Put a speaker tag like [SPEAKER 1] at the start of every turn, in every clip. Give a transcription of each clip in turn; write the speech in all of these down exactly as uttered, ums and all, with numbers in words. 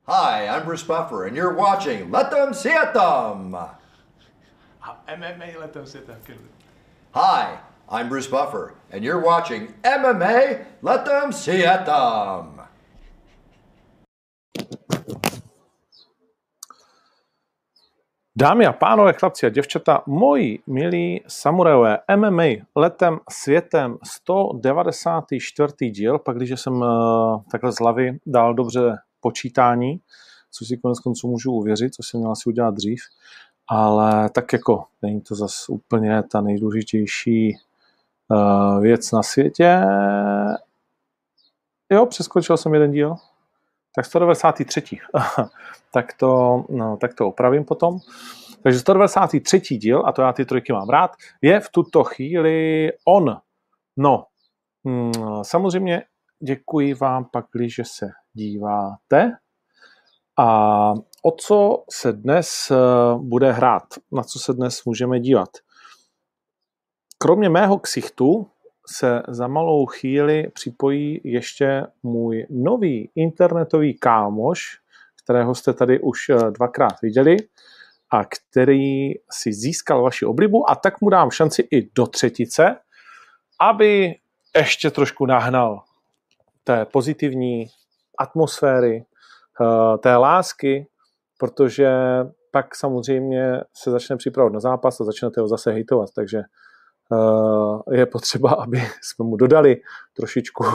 [SPEAKER 1] Hi, I'm Bruce Buffer, and you're watching Let Them See It Them!
[SPEAKER 2] M M A Let Them See It Them.
[SPEAKER 1] Hi, I'm Bruce Buffer, and you're watching M M A Let Them See It Them!
[SPEAKER 3] Dámy a pánové, chlapci a děvčata, moji milí samurajové, M M A letem světem sto devadesátý čtvrtý díl, pak když jsem uh, takhle z hlavy dal dobře počítání, což si konec konců můžu uvěřit, což jsem měl asi udělat dřív, ale tak jako není to zase úplně ta nejdůležitější uh, věc na světě. Jo, přeskočil jsem jeden díl. Tak sto devadesátý třetí tak, to, no, tak to opravím potom. Takže sto devadesátý třetí díl, a to já ty trojky mám rád, je v tuto chvíli on. No, hmm, samozřejmě děkuji vám pak, když se díváte. A o co se dnes bude hrát? Na co se dnes můžeme dívat? Kromě mého ksichtu se za malou chvíli připojí ještě můj nový internetový kámoš, kterého jste tady už dvakrát viděli a který si získal vaši oblibu, a tak mu dám šanci i do třetice, aby ještě trošku nahnal té pozitivní atmosféry, té lásky, protože pak samozřejmě se začne připravovat na zápas a začnete ho zase hejtovat, takže je potřeba, aby jsme mu dodali trošičku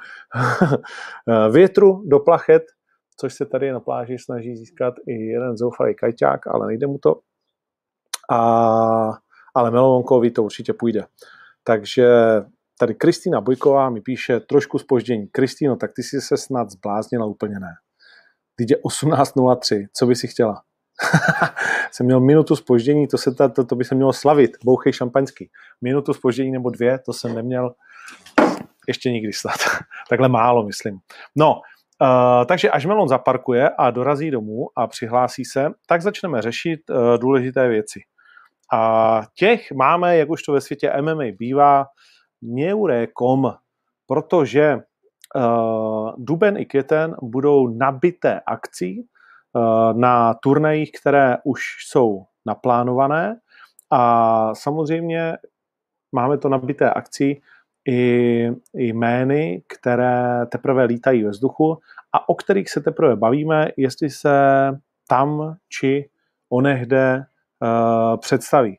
[SPEAKER 3] větru do plachet, což se tady na pláži snaží získat i jeden zoufalý kajťák, ale nejde mu to. A, ale Melonkovi to určitě půjde. Takže tady Kristýna Bojková mi píše trošku zpoždění. Kristýno, tak ty jsi se snad zbláznila, úplně ne. Teď je osmnáct nula tři, co by si chtěla? Jsem měl minutu zpoždění, to, se ta, to, to by se mělo slavit, bouchej šampaňský. Minutu zpoždění nebo dvě, to jsem neměl ještě nikdy snad. Takhle málo, myslím. No, uh, takže až Melon zaparkuje a dorazí domů a přihlásí se, tak začneme řešit uh, důležité věci. A těch máme, jak už to ve světě M M A bývá, neure tečka com, protože uh, duben i květen budou nabité akcí na turnajích, které už jsou naplánované, a samozřejmě máme to nabité akcí i jmény, které teprve lítají ve vzduchu a o kterých se teprve bavíme, jestli se tam či onehde uh, představí.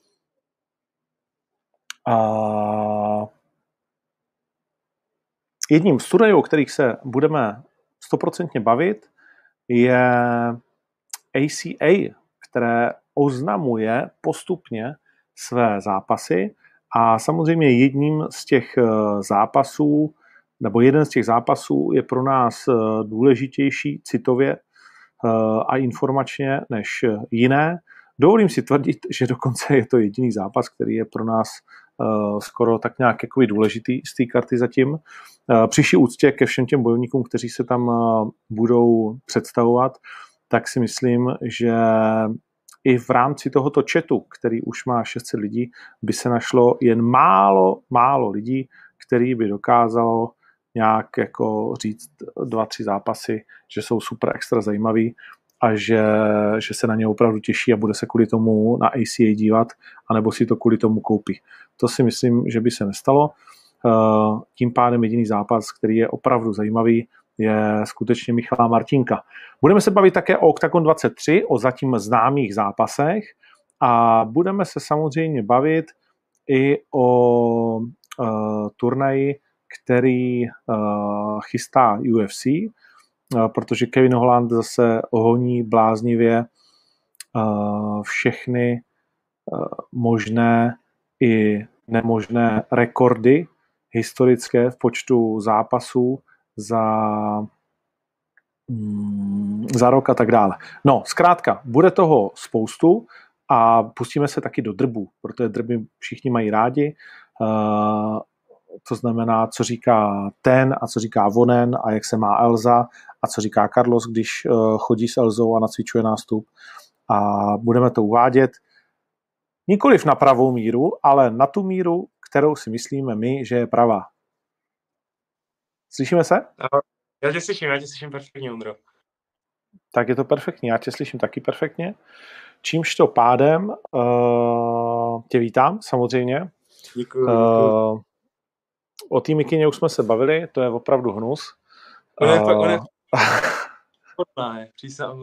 [SPEAKER 3] A jedním z turnajů, o kterých se budeme stoprocentně bavit, je A C A, které oznamuje postupně své zápasy, a samozřejmě jedním z těch zápasů, nebo jeden z těch zápasů je pro nás důležitější citově a informačně než jiné. Dovolím si tvrdit, že dokonce je to jediný zápas, který je pro nás skoro tak nějak jakoby důležitý z té karty zatím. Při vší úctě ke všem těm bojovníkům, kteří se tam budou představovat, tak si myslím, že i v rámci tohoto chatu, který už má šest set lidí, by se našlo jen málo, málo lidí, který by dokázalo nějak jako říct dva, tři zápasy, že jsou super extra zajímavý a že, že se na ně opravdu těší a bude se kvůli tomu na A C A dívat, anebo si to kvůli tomu koupí. To si myslím, že by se nestalo. Tím pádem jediný zápas, který je opravdu zajímavý, je skutečně Michala Martinka. Budeme se bavit také o Octagon dvacet tři, o zatím známých zápasech, a budeme se samozřejmě bavit i o uh, turnaji, který uh, chystá U F C, uh, protože Kevin Holland zase honí bláznivě uh, všechny uh, možné i nemožné rekordy historické v počtu zápasů za, mm, za rok a tak dále. No, zkrátka, bude toho spoustu a pustíme se taky do drbů, protože drby všichni mají rádi. Uh, to znamená, co říká ten a co říká onen a jak se má Elza a co říká Carlos, když uh, chodí s Elzou a nacvičuje nástup. A budeme to uvádět nikoliv na pravou míru, ale na tu míru, kterou si myslíme my, že je pravá. Slyšíme se?
[SPEAKER 2] Já tě slyším, já tě slyším perfektně, Ondro.
[SPEAKER 3] Tak je to perfektní, já tě slyším taky perfektně. Čímž to pádem uh, tě vítám, samozřejmě.
[SPEAKER 4] Děkuju, děkuju.
[SPEAKER 3] Uh, o té mikině už jsme se bavili, to je opravdu hnus.
[SPEAKER 4] On je fakt, on je
[SPEAKER 3] Uh,
[SPEAKER 4] pohodlná, je, přísám.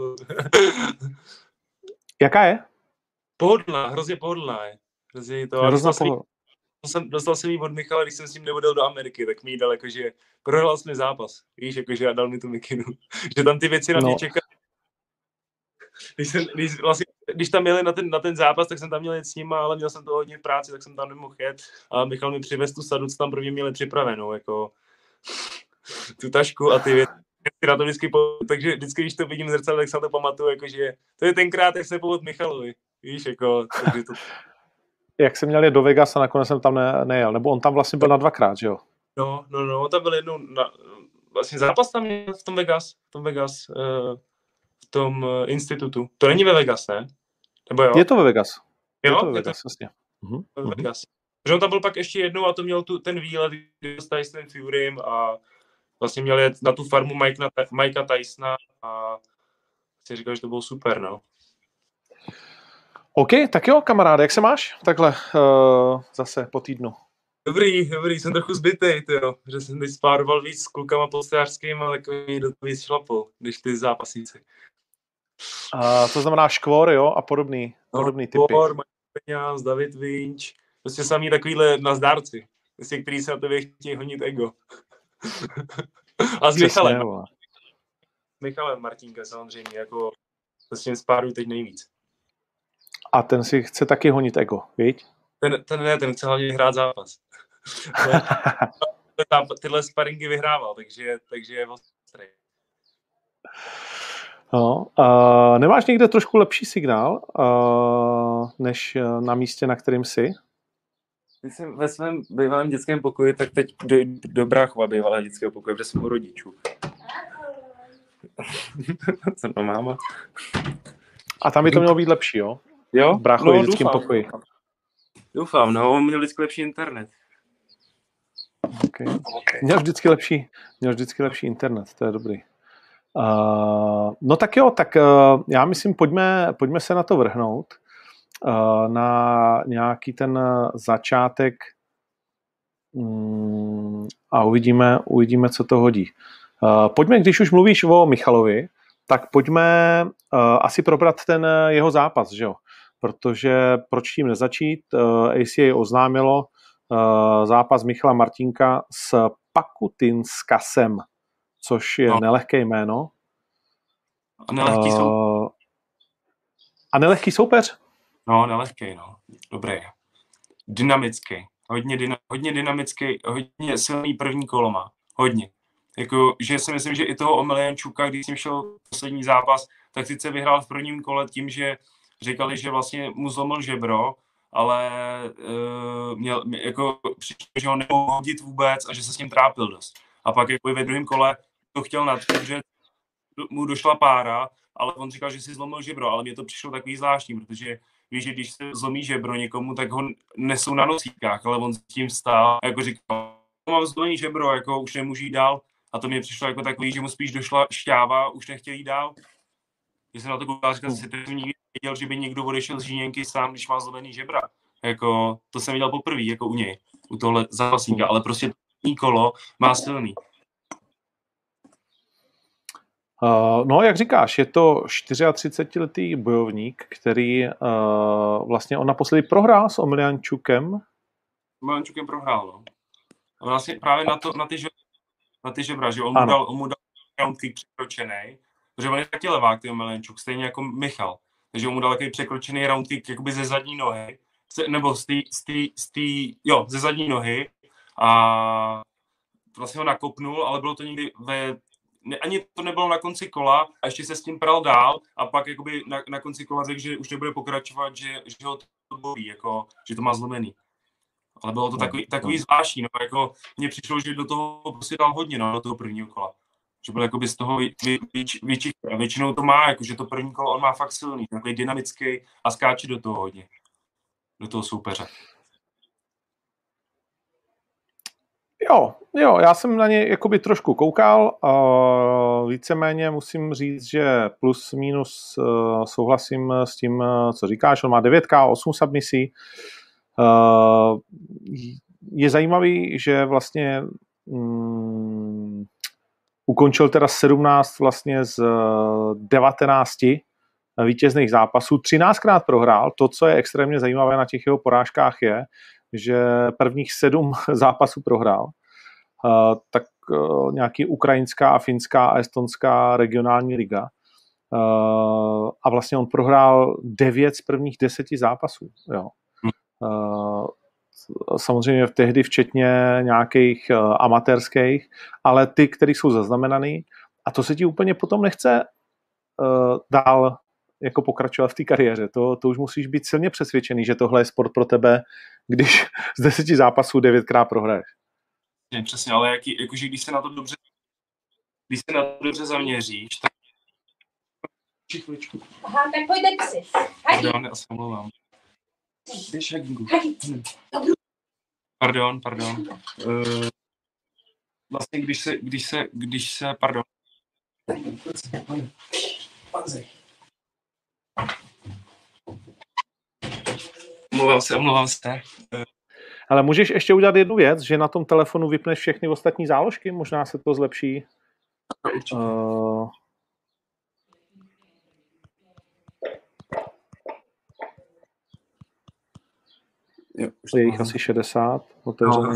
[SPEAKER 3] Jaká je?
[SPEAKER 4] Pohodlná, hrozně pohodlná je. Hrozně to.
[SPEAKER 3] Hrozná
[SPEAKER 4] Dostal jsem, jí-
[SPEAKER 3] pohodlná.
[SPEAKER 4] jsem, dostal jsem jí od Michala, když jsem s ním neodjel do Ameriky, tak mi jí dal jakože, prohrál jsem mi zápas. Víš, jakože a dal mi tu mikinu. Že tam ty věci na mě
[SPEAKER 3] No.
[SPEAKER 4] čekají. Když, jsem, když, vlastně, když tam jeli na ten, na ten zápas, tak jsem tam měl jet s nima, ale měl jsem to hodně v práci, tak jsem tam nemohl jet. A Michal mi přivez tu sadu, co tam pro mě měli připravenou, jako tu tašku a ty věci. Na to vždycky po, takže vždycky, když to vidím v zrcadle, tak se na to pamatuju, jakože to je tenkrát, jak se pomoct Michalovi. Víš, jako, takže to...
[SPEAKER 3] Jak jsem měl jít do Vegas a nakonec jsem tam ne, nejel, nebo on tam vlastně byl na dvakrát, že jo?
[SPEAKER 4] No, no, no, tam byl jednou, na, vlastně zápas tam je v tom Vegas, v tom Vegas, uh, v tom uh, institutu. To není ve Vegas, ne? Nebo jo?
[SPEAKER 3] Je to ve Vegas.
[SPEAKER 4] jo,
[SPEAKER 3] Je to ve
[SPEAKER 4] je
[SPEAKER 3] Vegas, jasně. Mhm,
[SPEAKER 4] to
[SPEAKER 3] mhm.
[SPEAKER 4] ve Vegas. Protože on tam byl pak ještě jednou a to měl tu, ten výlet s Tysonem Furym a vlastně měl jet na tu farmu Mike, Mikea Tysona a si říkal, že to bylo super, no.
[SPEAKER 3] OK, tak jo, kamaráde, jak se máš? Takhle uh, zase po týdnu.
[SPEAKER 4] Dobrý, dobrý, jsem trochu zbytej, tyjo, že jsem teď spároval víc s klukama postářským, ale takový do toho víc šlapou, když ty zápasníci.
[SPEAKER 3] Uh, to znamená škvor, jo, a podobný, podobný typy.
[SPEAKER 4] Kor, Mike Peňáz, David Vinč, prostě samý takovýhle nazdárci, prostě, který se na tebe chtějí honit ego. A s
[SPEAKER 3] Přesně,
[SPEAKER 4] Michalem,
[SPEAKER 3] vole.
[SPEAKER 4] s Michalem Martínka samozřejmě, jako to s tím spáruju teď nejvíc.
[SPEAKER 3] A ten si chce taky honit ego, viď?
[SPEAKER 4] Ten, ten ne, ten chce hlavně hrát zápas. Tyhle sparingy vyhrával, takže, takže je ostrý.
[SPEAKER 3] No, uh, nemáš někde trošku lepší signál, uh, než uh, na místě, na kterým jsi?
[SPEAKER 4] Když jsem ve svém bývalém dětském pokoji, tak teď do, do Bráchova bývalého dětského pokoje, protože jsem u rodičů. Co to máma?
[SPEAKER 3] A tam by to mělo být lepší, jo?
[SPEAKER 4] Jo?
[SPEAKER 3] V Bráchově
[SPEAKER 4] No,
[SPEAKER 3] dětském
[SPEAKER 4] doufám.
[SPEAKER 3] pokoji.
[SPEAKER 4] Doufám, no, on měl vždycky lepší internet.
[SPEAKER 3] Okay. Měl vždycky lepší, měl vždycky lepší internet, to je dobrý. Uh, no tak jo, tak uh, já myslím, pojďme, pojďme se na to vrhnout. Uh, na nějaký ten začátek um, a uvidíme, uvidíme, co to hodí. Uh, pojďme, když už mluvíš o Michalovi, tak pojďme uh, asi probrat ten jeho zápas, že jo? Protože proč tím nezačít? Uh, A C A oznámilo uh, zápas Michala Martínka s Pakutinskasem, což je
[SPEAKER 4] No.
[SPEAKER 3] nelehké jméno.
[SPEAKER 4] A nelehký uh, jsou...
[SPEAKER 3] A nelehký soupeř?
[SPEAKER 4] No, nelehký, no. Dobrý. Dynamický. Hodně, dyna, hodně dynamický, hodně silný první kolo má. Hodně. Jako, že si myslím, že i toho Omeliančuka, když jsem šel poslední zápas, tak sice vyhrál v prvním kole tím, že říkali, že vlastně mu zlomil žebro, ale uh, měl, jako, přišlo, že ho nemohl hodit vůbec a že se s ním trápil dost. A pak jako ve druhém kole to chtěl nadřít, že mu došla pára, ale on říkal, že si zlomil žebro, ale mně to přišlo takový zvláštní, protože víš, že když se zlomí žebro někomu, tak ho nesou na nosíkách, ale on s tím vstál a jako říkal, mám zlomený žebro, jako už nemůžu jít dál. A to mě přišlo jako takový, že mu spíš došla šťáva, už nechtěl jít dál. Když jsem na to koukal, říkal, že jsem nikdy neviděl, že by někdo odešel z žíněnky sám, když má zlomený žebra. Jako, to jsem viděl poprvé, jako u něj, u tohle zápasníka, ale prostě to kolo má silný.
[SPEAKER 3] Uh, no, jak říkáš, je to čtyřiatřicetiletý bojovník, který uh, vlastně on naposledy prohrál s Omeliančukem.
[SPEAKER 4] Omeliančukem prohrál, no. A vlastně právě na, to, na, ty, žebra, na ty žebra, že on mu dal, on mu dal round kick překročený, protože on je taky levák, ty Omeliančuk, stejně jako Michal. Takže on mu dal takový překročený round kick jakoby ze zadní nohy, nebo z té, z té, z té, jo, ze zadní nohy a vlastně ho nakopnul, ale bylo to někdy ve Ne, ani to nebylo na konci kola a ještě se s tím pral dál a pak jakoby na, na konci kola řekl, že už nebude pokračovat, že, že ho to bolí, jako, že to má zlomený. Ale bylo to takový, takový zvláštní, no, jako mně přišlo, že do toho prostě dal hodně, no, do toho prvního kola. Že byl jakoby z toho větší, a většinou to má, jako, že to první kolo on má fakt silný, takový dynamický a skáče do toho hodně, do toho soupeře.
[SPEAKER 3] Jo, jo, já jsem na ně jakoby trošku koukal, uh, víceméně musím říct, že plus minus uh, souhlasím s tím, uh, co říkáš, on má devět ká, osm submisí. Uh, je zajímavý, že vlastně um, ukončil teda sedmnáct vlastně z devatenácti vítězných zápasů, třináctkrát prohrál. To, co je extrémně zajímavé na těch jeho porážkách je, že prvních sedm zápasů prohrál. Uh, tak uh, nějaký ukrajinská a finská a estonská regionální liga. Uh, a vlastně on prohrál devět z prvních deseti zápasů. Jo. Uh, samozřejmě tehdy včetně nějakých uh, amatérských, ale ty, které jsou zaznamenaný, a to se ti úplně potom nechce uh, dál jako pokračovat v té kariéře. To, to už musíš být silně přesvědčený, že tohle je sport pro tebe, když z deseti zápasů devětkrát prohraješ.
[SPEAKER 4] Ne, přesně, ale jaký, jakože když se na to dobře, když se na to dobře zaměříš, tak... Chvíličku.
[SPEAKER 5] Aha, tak pojďte si.
[SPEAKER 4] Pardon, já se omlouvám. Běž, Hagingu. Pardon, pardon. Uh, vlastně, když se, když se, když se, pardon. Omlouvám se, omlouvám se.
[SPEAKER 3] Ale můžeš ještě udělat jednu věc, že na tom telefonu vypneš všechny ostatní záložky, možná se to zlepší. Uh...
[SPEAKER 4] Jo,
[SPEAKER 3] je jich asi šedesát.
[SPEAKER 4] No.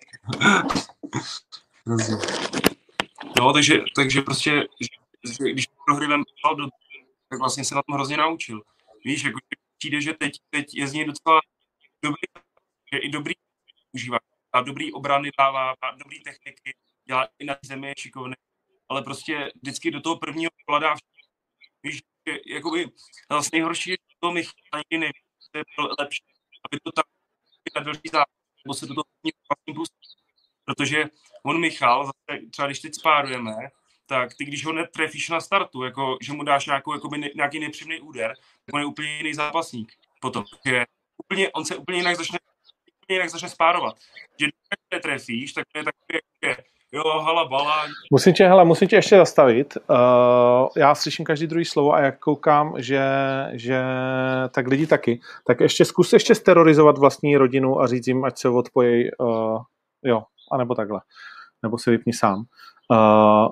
[SPEAKER 4] no, takže, takže prostě, že, když prohry vem, tak vlastně se na tom hrozně naučil. Víš, jako přijde, že teď, teď je z něj docela dobrý, že i dobrý užívá. A dobrý obrany dává, má dobrý techniky, dělá i na zemi, je šikovný, ale prostě vždycky do toho prvního vkladá všechno. Víš, že jakoby vlastně nejhorší je to Michal nikdy neví, to je lepší, aby to tam na další zápas, nebo se do toho vlastně pustí. Protože on Michal, zase, třeba když teď spárujeme, tak ty, když ho netrefíš na startu, jako, že mu dáš nějakou, jakoby, ne, nějaký nepříjemný úder, tak on je úplně jiný zápasník. Potom, že úplně, on se úplně jinak začne, úplně jinak začne spárovat. Že když netrefíš, tak to je takový, jako, jo, hala, bala.
[SPEAKER 3] Musím tě, hele, musím tě ještě zastavit. Uh, já slyším každý druhý slovo a jak koukám, že, že tak lidi taky, tak ještě zkus ještě sterorizovat vlastní rodinu a říct jim, ať se odpojí, uh, jo, anebo takhle. Nebo si vypni sám. Uh,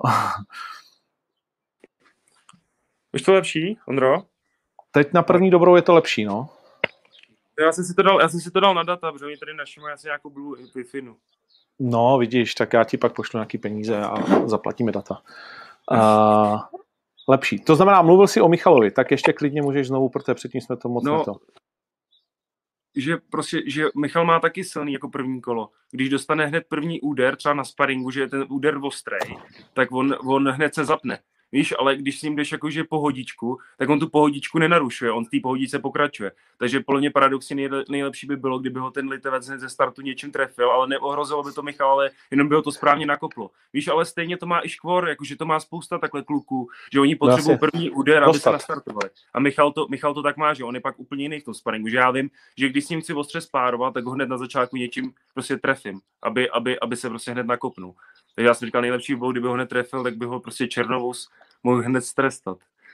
[SPEAKER 4] Už to lepší, Ondro?
[SPEAKER 3] Teď na první dobrou je to lepší, no.
[SPEAKER 4] Já jsem si to dal, já jsem si to dal na data, protože oni tady našli asi nějakou Blue Wi-Fi.
[SPEAKER 3] No, vidíš, tak já ti pak pošlu nějaký peníze a zaplatíme data. Uh, lepší. To znamená, mluvil jsi o Michalovi, tak ještě klidně můžeš znovu, protože předtím jsme to moc
[SPEAKER 4] no,
[SPEAKER 3] neto.
[SPEAKER 4] Že prostě, že Michal má taky silný jako první kolo. Když dostane hned první úder, třeba na sparingu, že je ten úder ostrej, tak on, on hned se zapne. Víš, ale když s ním jdeš jakože pohodičku, tak on tu pohodičku nenarušuje, on v té pohodičce pokračuje. Takže podle mě paradoxně nejle, nejlepší by bylo, kdyby ho ten Litevec hned ze startu něčím trefil, ale neohrozilo by to Michal, ale jenom by ho to správně nakoplo. Víš, ale stejně to má i Škvor, jakože to má spousta takhle kluků, že oni potřebují první úder, aby se nastartovali. A Michal to, Michal to tak má, že on je pak úplně jiný v tom sparingu, že já vím, že když s ním chci ostře spárovat, tak ho hned na začátku něčím prostě trefím, aby, aby, aby se prostě hned nakopnul. Takže já jsem říkal, nejlepší by bylo, kdyby ho hned trefil, tak by ho prostě Černovous mohl hned strestat.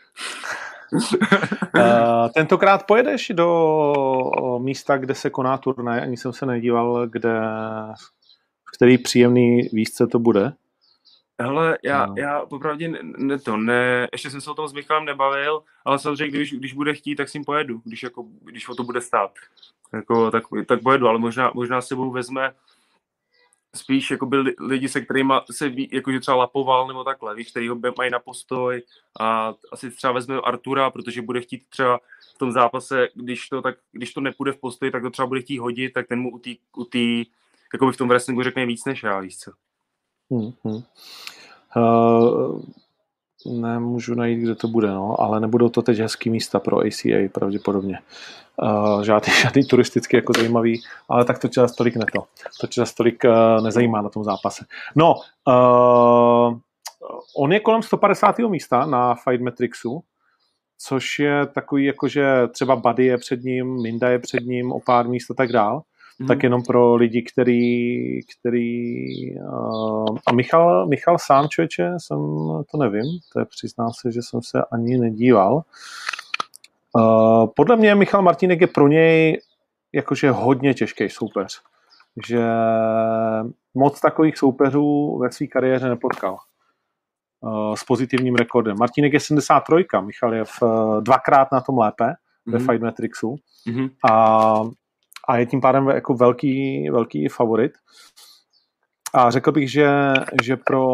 [SPEAKER 3] uh, tentokrát pojedeš do místa, kde se koná turnaj, ani jsem se nedíval, kde, v který příjemný výšce to bude.
[SPEAKER 4] Hele, já, no. já popravdě ne, ne to, ne, ještě jsem se o tom s Michalem nebavil, ale samozřejmě, když, když bude chtít, tak s ním pojedu, když, jako, když o to bude stát. Jako, tak, tak pojedu, ale možná, možná s sebou vezme spíš jakoby lidi, se kterými se ví, jakože třeba lapoval nebo takhle, víš, který ho mají na postoj a asi třeba vezme Artura, protože bude chtít třeba v tom zápase, když to, tak, když to nepůjde v postoji, tak to třeba bude chtít hodit, tak ten mu u té, u té, jakoby v tom wrestlingu řekne víc než já, víš co.
[SPEAKER 3] Hmm, hmm. Uh, nemůžu najít, kde to bude, no, ale nebudou to teď hezký místa pro A C A pravděpodobně. Uh, žádný, žádný turisticky jako zajímavý, ale tak to tě zase tolik neto. To tě zase tolik uh, nezajímá na tom zápase. No, uh, on je kolem sto padesátého místa na Fight Matrixu, což je takový, jakože třeba Buddy je před ním, Minda je před ním, o pár míst a tak dál. mm. tak jenom pro lidi, který, který uh, a Michal, Michal sám, člověče, jsem to nevím, to je, přiznám se, že jsem se ani nedíval. Uh, podle mě Michal Martínek je pro něj jakože hodně těžký soupeř, že moc takových soupeřů ve své kariéře nepotkal uh, s pozitivním rekordem. Martínek je sedmdesát tři, Michal je v, uh, dvakrát na tom lépe mm-hmm. ve Fight Matrixu mm-hmm. a, a je tím pádem jako velký, velký favorit. A řekl bych, že, že pro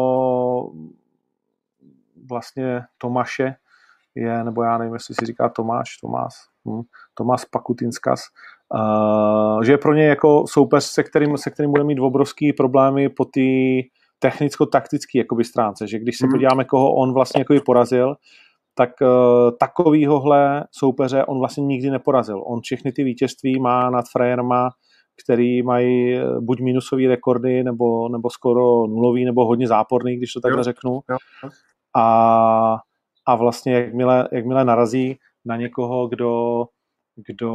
[SPEAKER 3] vlastně Tomáše je, nebo já nevím, jestli si říká Tomáš, Tomás, hm, Tomás Pakutinskas, uh, že je pro něj jako soupeř, se kterým, se kterým bude mít obrovský problémy po té technicko-taktické jakoby stránce, že když se mm. podíváme, koho on vlastně jakoby porazil, tak uh, takovýhohle soupeře on vlastně nikdy neporazil. On všechny ty vítězství má nad frajerama, který mají buď minusový rekordy, nebo, nebo skoro nulový, nebo hodně záporný, když to takhle jo. řeknu. Jo. A A vlastně jakmile, jakmile narazí na někoho, kdo, kdo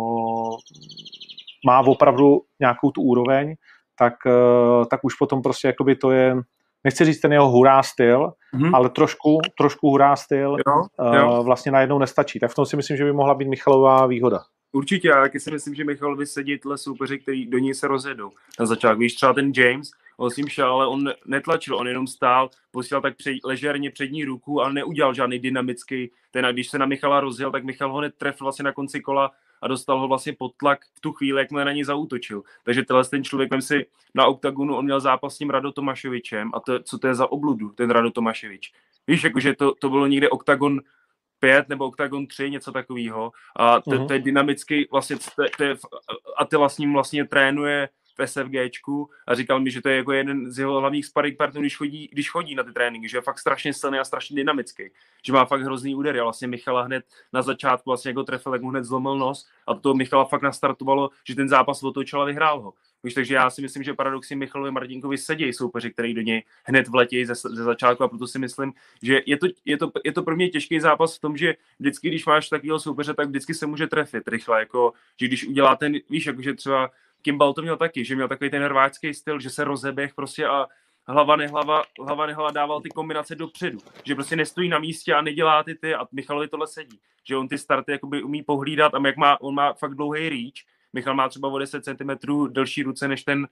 [SPEAKER 3] má opravdu nějakou tu úroveň, tak, tak už potom prostě jakoby to je, nechci říct ten jeho hurá styl, mm-hmm. ale trošku, trošku hurá styl jo, jo. vlastně najednou nestačí. Tak v tom si myslím, že by mohla být Michalová výhoda.
[SPEAKER 4] Určitě, já taky si myslím, že Michal vysedí tyhle soupeři, který do něj se rozjedou. Na začátku, víš, třeba ten James, on s tím šel, ale on netlačil, on jenom stál, posílal tak před, ležerně přední ruku, ale neudělal žádný dynamický. Ten, a když se na Michala rozjel, tak Michal ho netrefil vlastně na konci kola a dostal ho vlastně pod tlak v tu chvíli, jakmile na něj zaútočil. Takže tenhle ten člověk, vem si na oktagonu, on měl zápas s tím Rado Tomaševičem a to, co to je za obludu, ten Rado Tomaševič. Víš, jakože to, to bylo někde oktagon pět nebo oktagon tři, něco takového. A to, uh-huh. to je dynamicky, vlastně, to, to je, a ty vlastně vlastně trénuje v SFGčku a říkal mi, že to je jako jeden z jeho hlavních sparring partnerů, když chodí, když chodí na ty tréninky, že je fakt strašně silný a strašně dynamický, že má fakt hrozný údery a vlastně Michala hned na začátku vlastně jako trefil, jak mu hned zlomil nos a to Michala fakt nastartovalo, že ten zápas otočil a vyhrál ho. Víš, takže já si myslím, že paradoxně Michalovi Martinkovi sedějí soupeři, který do něj hned vletějí ze, ze začátku a proto si myslím, že je to, je, to, je to pro mě těžký zápas v tom, že vždycky, když máš takového soupeře, tak vždycky se může trefit rychle, jako, že když udělá ten, víš, jakože třeba Kimball to měl taky, že měl takový ten hrváčský styl, že se rozeběh prostě a hlava nehlava, hlava nehlava dával ty kombinace dopředu, že prostě nestojí na místě a nedělá ty ty a Michalovi tohle sedí, že on ty starty jakoby umí pohlídat a jak má, on má fakt dlouhý reach, Michal má třeba o deset centimetrů delší ruce než ten,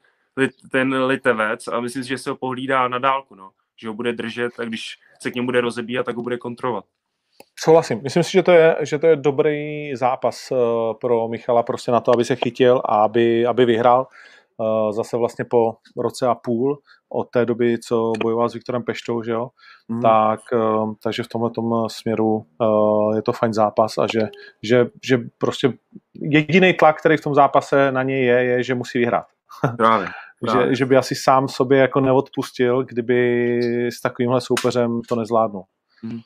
[SPEAKER 4] ten Litevec a myslím si, že se ho pohlídá na dálku, no. Že ho bude držet a když se k němu bude rozebíjat, tak ho bude kontrolovat.
[SPEAKER 3] Souhlasím. Myslím si, že to je, že to je dobrý zápas pro Michala prostě na to, aby se chytil a aby, aby vyhrál. Zase vlastně po roce a půl od té doby, co bojoval s Viktorem Peštou, že jo? Mm. Tak, takže v tomhletom směru je to fajn zápas a že, že, že prostě jediný tlak, který v tom zápase na něj je, je, že musí vyhrát.
[SPEAKER 4] Právě.
[SPEAKER 3] že, že by asi sám sobě jako neodpustil, kdyby s takovýmhle soupeřem to nezvládnul.
[SPEAKER 4] Mm.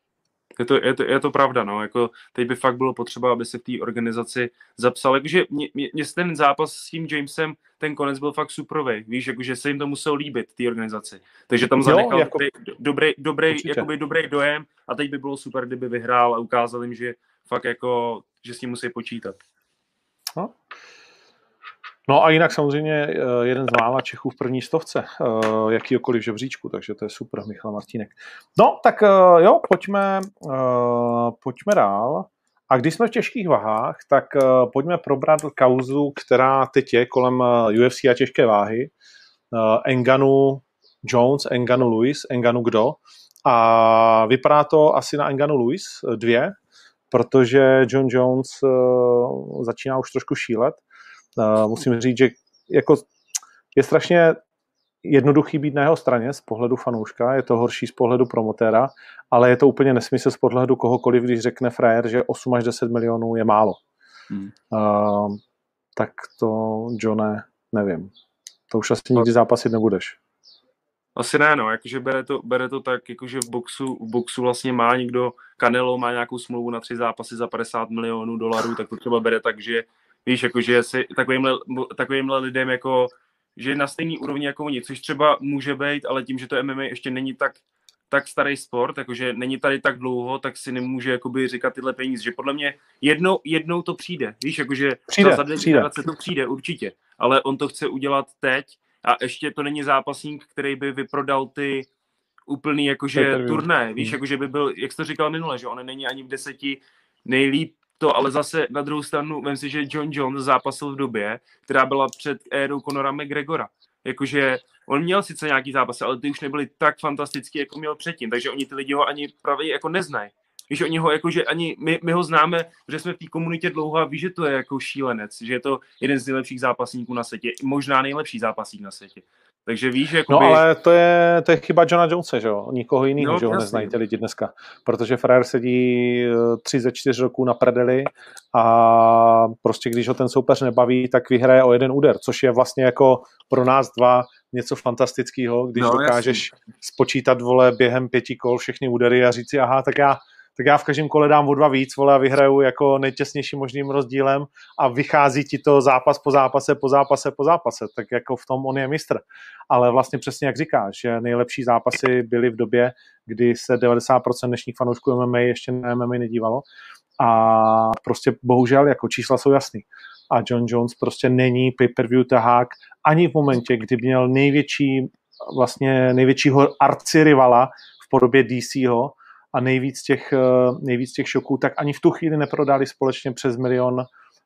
[SPEAKER 4] Je to, je, to, je to pravda, no, jako teď by fakt bylo potřeba, aby se v té organizaci zapsal, jakože mě, mě, mě ten zápas s tím Jamesem, ten konec byl fakt superový, víš, jakože se jim to muselo líbit, té organizaci, takže tam zanechal jo, jako, dobrý, dobrý, jakoby dobrý dojem a teď by bylo super, kdyby vyhrál a ukázal jim, že fakt jako, že s ním musí počítat.
[SPEAKER 3] No. No a jinak samozřejmě jeden z mála Čechů v první stovce, jakýkoliv žebříčku, takže to je super, Michal Martínek. No, tak jo, pojďme, pojďme dál. A když jsme v těžkých vahách, tak pojďme probrat kauzu, která teď je kolem U F C a těžké váhy. Ngannou Jones, Ngannou Lewis, Ngannou kdo? A vypadá to asi na Ngannou Lewis dvě, protože John Jones začíná už trošku šílet. Uh, musím říct, že jako je strašně jednoduchý být na jeho straně z pohledu fanouška, je to horší z pohledu promotéra, ale je to úplně nesmysl z pohledu kohokoliv, když řekne frajer, že osm až deset milionů je málo. Hmm. Uh, tak to, Johne, nevím. To už asi nikdy zápasit nebudeš.
[SPEAKER 4] Asi ne, no, jakože bere to, bere to tak, jakože v boxu, v boxu vlastně má někdo, Canelo má nějakou smlouvu na tři zápasy za padesát milionů dolarů, tak to třeba bere tak, že víš, jakože si takovýmhle, takovýmhle lidem jako, že je na stejný úrovni jako oni, což třeba může být, ale tím, že to M M A ještě není tak tak starý sport, jakože není tady tak dlouho, tak si nemůže jakoby říkat tyhle peníze, že podle mě jednou, jednou to přijde, víš, jakože
[SPEAKER 3] přijde,
[SPEAKER 4] za dvě
[SPEAKER 3] přijde.
[SPEAKER 4] generace to přijde určitě, ale on to chce udělat teď a ještě to není zápasník, který by vyprodal ty úplný jakože turné, víš,
[SPEAKER 3] hmm.
[SPEAKER 4] jakože by byl, jak jsi to říkal minule, že on není ani v deseti nejlíp to, ale zase na druhou stranu, vem si, že John Jones zápasil v době, která byla před érou Conora McGregora. Jakože on měl sice nějaký zápasy, ale ty už nebyly tak fantastický, jako měl předtím, takže oni ty lidi ho ani právě jako neznají. Víš, oni ho jakože ani, my, my ho známe, že jsme v té komunitě dlouho a víš, že to je jako šílenec, že je to jeden z nejlepších zápasníků na světě, možná nejlepší zápasník na světě. Takže víš, že jakoby...
[SPEAKER 3] No ale to je, to je chyba Johna Jonese, že jo? Nikoho jiného,
[SPEAKER 4] no,
[SPEAKER 3] že ho neznají ty lidi dneska. Protože frajer sedí tři ze čtyř roků na prdeli a prostě když ho ten soupeř nebaví, tak vyhraje o jeden úder, což je vlastně jako pro nás dva něco fantastického, když no, dokážeš jasný. spočítat, vole, během pěti kol všechny údery a říct si, aha, tak já tak já v každém kole dám o dva víc, vole, a vyhraju jako nejtěsnějším možným rozdílem a vychází ti to zápas po zápase, po zápase, po zápase, tak jako v tom on je mistr. Ale vlastně přesně jak říkáš, že nejlepší zápasy byly v době, kdy se devadesát procent dnešních fanoušků M M A ještě na M M A nedívalo a prostě bohužel jako čísla jsou jasný. A John Jones prostě není pay-per-view tahák ani v momentě, kdy měl největší, vlastně největšího arcirivala v podobě D C ho, a nejvíc těch, nejvíc těch šoků, tak ani v tu chvíli neprodali společně přes milion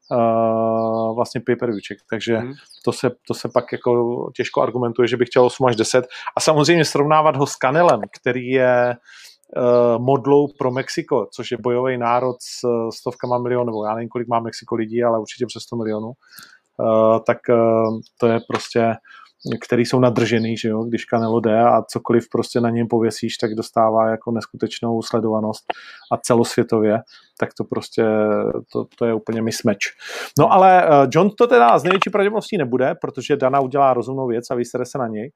[SPEAKER 3] uh, vlastně pay-per-viewček. Takže hmm. to, se, to se pak jako těžko argumentuje, že bych chtěl osm až deset. A samozřejmě srovnávat ho s Canelem, který je uh, modlou pro Mexiko, což je bojový národ s stovkama milionů, nebo já nevím, kolik má Mexiko lidí, ale určitě přes sto milionů. Uh, tak uh, to je prostě který jsou nadržený, že jo, když Canelo jde a cokoliv prostě na něm pověsíš, tak dostává jako neskutečnou sledovanost a celosvětově, tak to prostě, to, to je úplně mismatch. No ale uh, John to teda z největší pravděpodobností nebude, protože Dana udělá rozumnou věc a vysere se na něj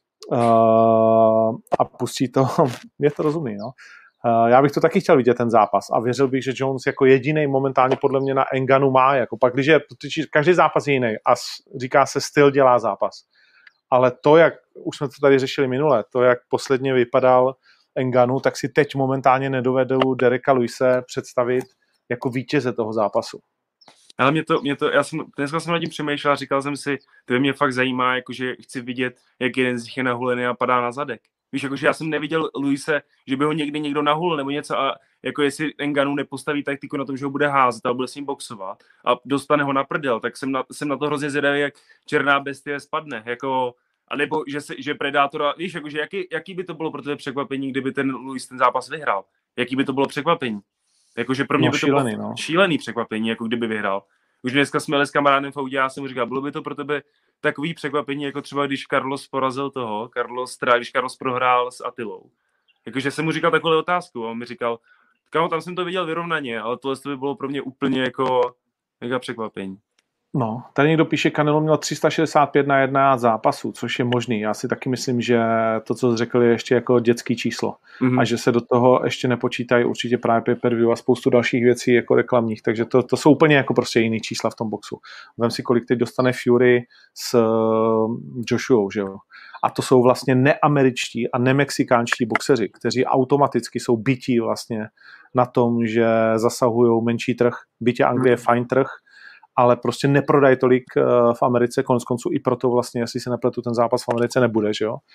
[SPEAKER 3] uh, a pustí to, je to rozumný, no. Uh, já bych to taky chtěl vidět ten zápas a věřil bych, že Jones jako jedinej momentálně podle mě na Enganu má, jako pak, když je, každý zápas je jiný a říká se styl dělá zápas. Ale to, jak už jsme to tady řešili minule, to, jak posledně vypadal Ngannou, tak si teď momentálně nedovedu Dereka Luise představit jako vítěze toho zápasu.
[SPEAKER 4] Ale mě to, mě to, já jsem, dneska jsem nad tím přemýšlel a říkal jsem si, to mě fakt zajímá, jakože chci vidět, jak jeden z nich je nahulený a padá na zadek. Víš, jakože já jsem neviděl Luise, že by ho někdy někdo nahulil nebo něco a jako jestli Ngannou nepostaví taktiku na tom, že ho bude házet a bude s ním boxovat a dostane ho na prdel, tak jsem na, jsem na to hrozně zvědavý, jak černá bestie spadne, jako, anebo že, se, že Predátora, víš, jakože jaký, jaký by to bylo pro tebe překvapení, kdyby ten Luis ten zápas vyhrál, jaký by to bylo překvapení, jakože pro mě
[SPEAKER 3] no,
[SPEAKER 4] by to
[SPEAKER 3] šílený,
[SPEAKER 4] bylo
[SPEAKER 3] no.
[SPEAKER 4] šílený překvapení, jako kdyby vyhrál. Už dneska jsme jeli s kamarádem v autě a já jsem mu říkal, bylo by to pro tebe takový překvapení, jako třeba když Carlos porazil toho, Carlos, teda když Carlos prohrál s Attilou. Jakože jsem mu říkal takovou otázku a on mi říkal, kámo, tam jsem to viděl vyrovnaně, ale tohle by bylo pro mě úplně jako mega překvapení.
[SPEAKER 3] No, tady někdo píše, Canelo měl tři sta šedesát pět na jedenáct zápasů, což je možný. Já si taky myslím, že to, co jsi řekl, je ještě jako dětský číslo. Mm-hmm. A že se do toho ještě nepočítají určitě právě pay-per-view a spoustu dalších věcí jako reklamních. Takže to, to jsou úplně jako prostě jiný čísla v tom boxu. Vem si, kolik teď dostane Fury s Joshuou, že jo. A to jsou vlastně neameričtí a nemexikánští boxeři, kteří automaticky jsou bytí vlastně na tom, že zasahují menší trh. Bytě Anglie je fajn trh, ale prostě neprodají tolik uh, v Americe, konec konců i proto vlastně, jestli se nepletu, ten zápas v Americe nebude, že jo.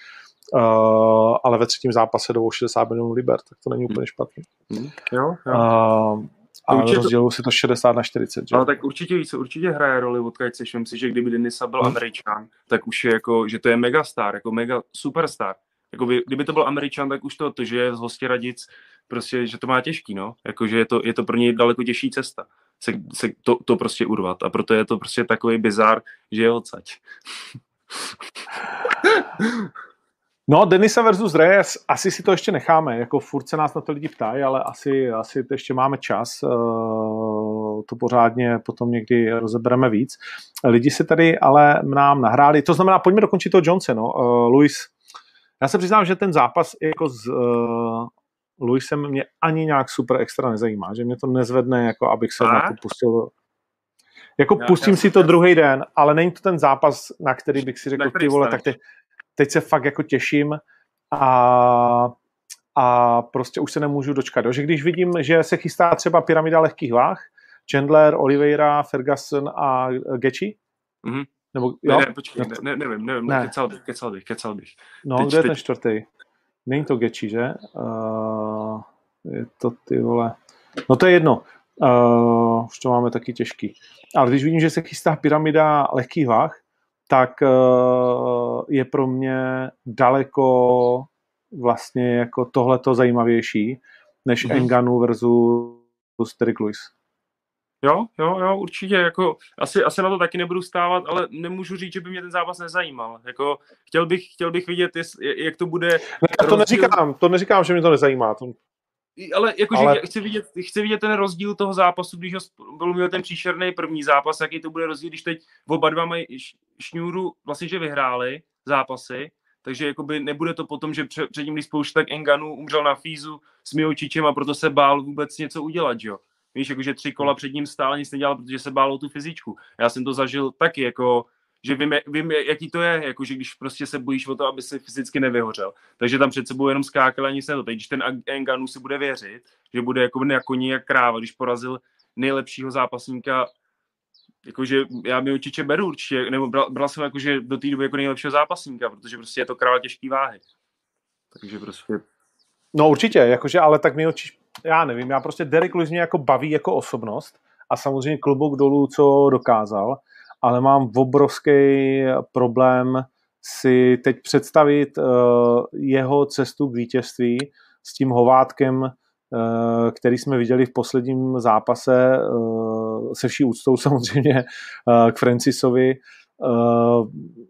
[SPEAKER 3] Uh, ale ve třetím zápase jdou šedesát milionů liber, tak to není úplně špatný.
[SPEAKER 4] Mm. Jo, jo.
[SPEAKER 3] Uh, a rozdělují si to šedesát na čtyřicet, že?
[SPEAKER 4] Ale tak určitě víc, určitě hraje roli, odkud seš, myslím si, že kdyby Denisa byl hmm. Američan, tak už je jako, že to je megastar, jako mega superstar. Jako by, kdyby to byl Američan, tak už to, to že je z Hostěradic, prostě, že to má těžký, no. Jako, že je to, je to pro něj daleko těžší cesta. Se, se to, to prostě urvat. A proto je to prostě takový bizár, že je odsaď.
[SPEAKER 3] No, Denisa versus Reyes, asi si to ještě necháme. Jako furt se nás na to lidi ptají, ale asi, asi ještě máme čas. Uh, to pořádně potom někdy rozebereme víc. Lidi se tady ale nám nahráli. To znamená, pojďme dokončit toho Jonese, no. Uh, Luis, já se přiznám, že ten zápas jako z... Uh, Luisem mě ani nějak super extra nezajímá, že mě to nezvedne, jako abych se a? na to pustil. Jako já, pustím já, si to já. druhý den, ale není to ten zápas, na který bych si řekl, ty vole, tak te, teď se fakt jako těším a a prostě už se nemůžu dočkat. Jo? Že když vidím, že se chystá třeba pyramida lehkých váh, Chandler, Oliveira, Ferguson a Gaethje,
[SPEAKER 4] Mm-hmm.
[SPEAKER 3] nebo
[SPEAKER 4] Ne,
[SPEAKER 3] jo?
[SPEAKER 4] ne, počkej, ne, ne, nevím, nevím,
[SPEAKER 3] Ne.
[SPEAKER 4] kecal bych, kecal bych, kecal bych.
[SPEAKER 3] No,
[SPEAKER 4] Teď-
[SPEAKER 3] kdo je
[SPEAKER 4] teď-
[SPEAKER 3] ten čtvrtý? Není to Gaethje, že? Uh, je to ty vole. No to je jedno. Uh, už to máme taky těžký. Ale když vidím, že se chystá pyramida lehkých váh, tak uh, je pro mě daleko vlastně jako tohleto zajímavější, než
[SPEAKER 4] Mhm.
[SPEAKER 3] mm-hmm. Ngannou versus Derrick Lewis.
[SPEAKER 4] Jo, jo, jo, určitě, jako, asi, asi na to taky nebudu stávat, ale nemůžu říct, že by mě ten zápas nezajímal. Jako, chtěl bych, chtěl bych vidět, jest, jak to bude.
[SPEAKER 3] Ne, to
[SPEAKER 4] rozdíl-
[SPEAKER 3] neříkám, to neříkám, že mě to nezajímá. To...
[SPEAKER 4] Ale jakože
[SPEAKER 3] Ale-
[SPEAKER 4] chci, vidět, chci vidět ten rozdíl toho zápasu, když ho sp- byl měl ten příšerný první zápas, jaký to bude rozdíl, když teď oba dva mají š- šňůru, vlastně, že vyhráli zápasy, takže jakoby nebude to potom, že pře- předtím, když spouštěl, tak Ngannou umřel na fízu s Miocičem a proto se bál vůbec něco udělat, že jo. Víš, jakože tři kola před ním stál, nic nedělal, protože se bál o tu fyzičku. Já jsem to zažil taky, jako, že vím, vím, jaký to je, jakože když prostě se bojíš o to, aby se fyzicky nevyhořel. Takže tam před sebou jenom skákal a nic ne to. Teď, když ten Ngannou si bude věřit, že bude jako na koni jak kráva, když porazil nejlepšího zápasníka, jakože já mi určitě beru určitě, nebo bral, bral jsem jakože do té doby jako nejlepšího zápasníka, protože prostě je to kráva těžký váhy. Takže prostě...
[SPEAKER 3] No určitě, jakože, ale tak Miocic, já nevím, já prostě Derrick Lewis mě jako baví jako osobnost a samozřejmě klobouk dolů, co dokázal, ale mám obrovský problém si teď představit uh, jeho cestu k vítězství s tím Hovátkem, uh, který jsme viděli v posledním zápase, uh, se vší úctou samozřejmě uh, k Francisovi. Uh,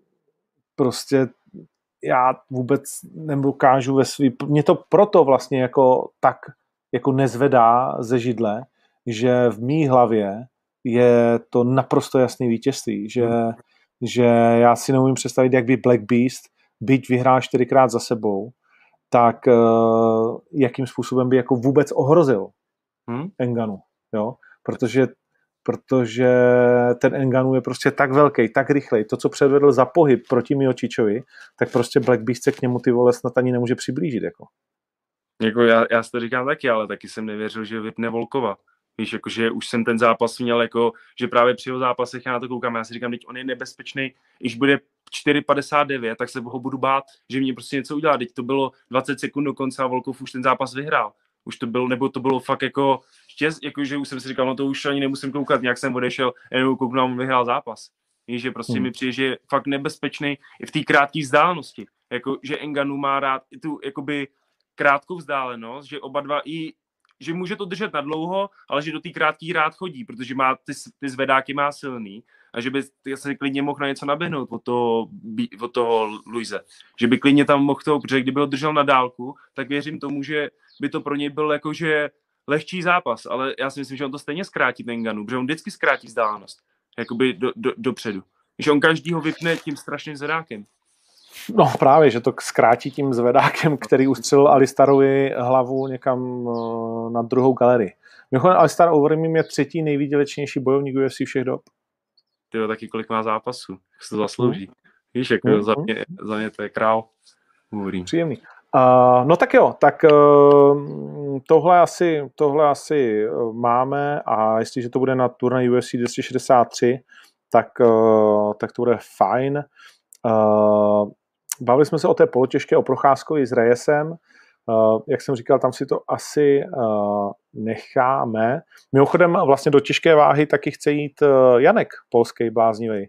[SPEAKER 3] prostě já vůbec nedokážu ve svý... Mě to proto vlastně jako tak jako nezvedá ze židle, že v mý hlavě je to naprosto jasný vítězství, že, že já si neumím představit, jak by Black Beast, byť vyhrál čtyřikrát za sebou, tak uh, jakým způsobem by jako vůbec ohrozil
[SPEAKER 4] Hmm?
[SPEAKER 3] Ngannou, jo, protože protože ten Ngannou je prostě tak velký, tak rychlej, to, co předvedl za pohyb proti Miocičovi, tak prostě Black Beast se k němu ty vole snad ani nemůže přiblížit, jako.
[SPEAKER 4] Jako já, já si to říkám taky, ale taky jsem nevěřil, že vypne Volkova. Víš, jakože už jsem ten zápas měl, jako, že právě při jeho zápasech já na to koukám, já si říkám, teď on je nebezpečný, když bude čtyři padesát devět, tak se ho budu bát, že mě prostě něco udělá. Teď to bylo dvacet sekund do konce a Volkov už ten zápas vyhrál. Už to bylo, nebo to bylo fakt jako, štěz, jako že už jsem si říkal, no to už ani nemusím koukat, nějak jsem odešel, jenom kouknu, on vyhrál zápas. Víš, že prostě hmm. mi přijde, že je fakt nebezpečný i v té krátké vzdálenosti. Jako, že Ngannou má rád i tu, jakoby, krátkou vzdálenost, že oba dva i, že může to držet na dlouho, ale že do té krátké rád chodí, protože má ty, ty zvedáky má silný a že by se klidně mohl na něco naběhnout od toho, od toho Luise. Že by klidně tam mohl to, protože kdyby ho držel na dálku, tak věřím tomu, že by to pro něj byl jakože lehčí zápas, ale já si myslím, že on to stejně zkrátí ten Ngannou, protože on vždycky zkrátí vzdálenost, jakoby do, do, dopředu. Že on každýho vypne tím strašným zvedákem.
[SPEAKER 3] No právě, že to zkrátí tím zvedákem, který ustřelil Alistarovi hlavu někam na druhou galerii. Mimochodem Alistar Overeem je třetí nejvýdělečnější bojovník U F C všech dob.
[SPEAKER 4] Tyjo, taky kolik má zápasů, jak se to zaslouží. Mm. Víš, jako
[SPEAKER 3] mm.
[SPEAKER 4] za, mě, za mě to je král. Overeem.
[SPEAKER 3] Příjemný. Uh, no tak jo, tak uh, tohle, asi, tohle asi máme a jestliže to bude na turnaj U F C dvě stě šedesát tři, tak, uh, tak to bude fajn. Uh, bavili jsme se o té polotěžké, o Procházkovi s Reyesem. Uh, jak jsem říkal, tam si to asi uh, necháme. Mimochodem vlastně do těžké váhy taky chce jít uh, Janek, polský bláznivý.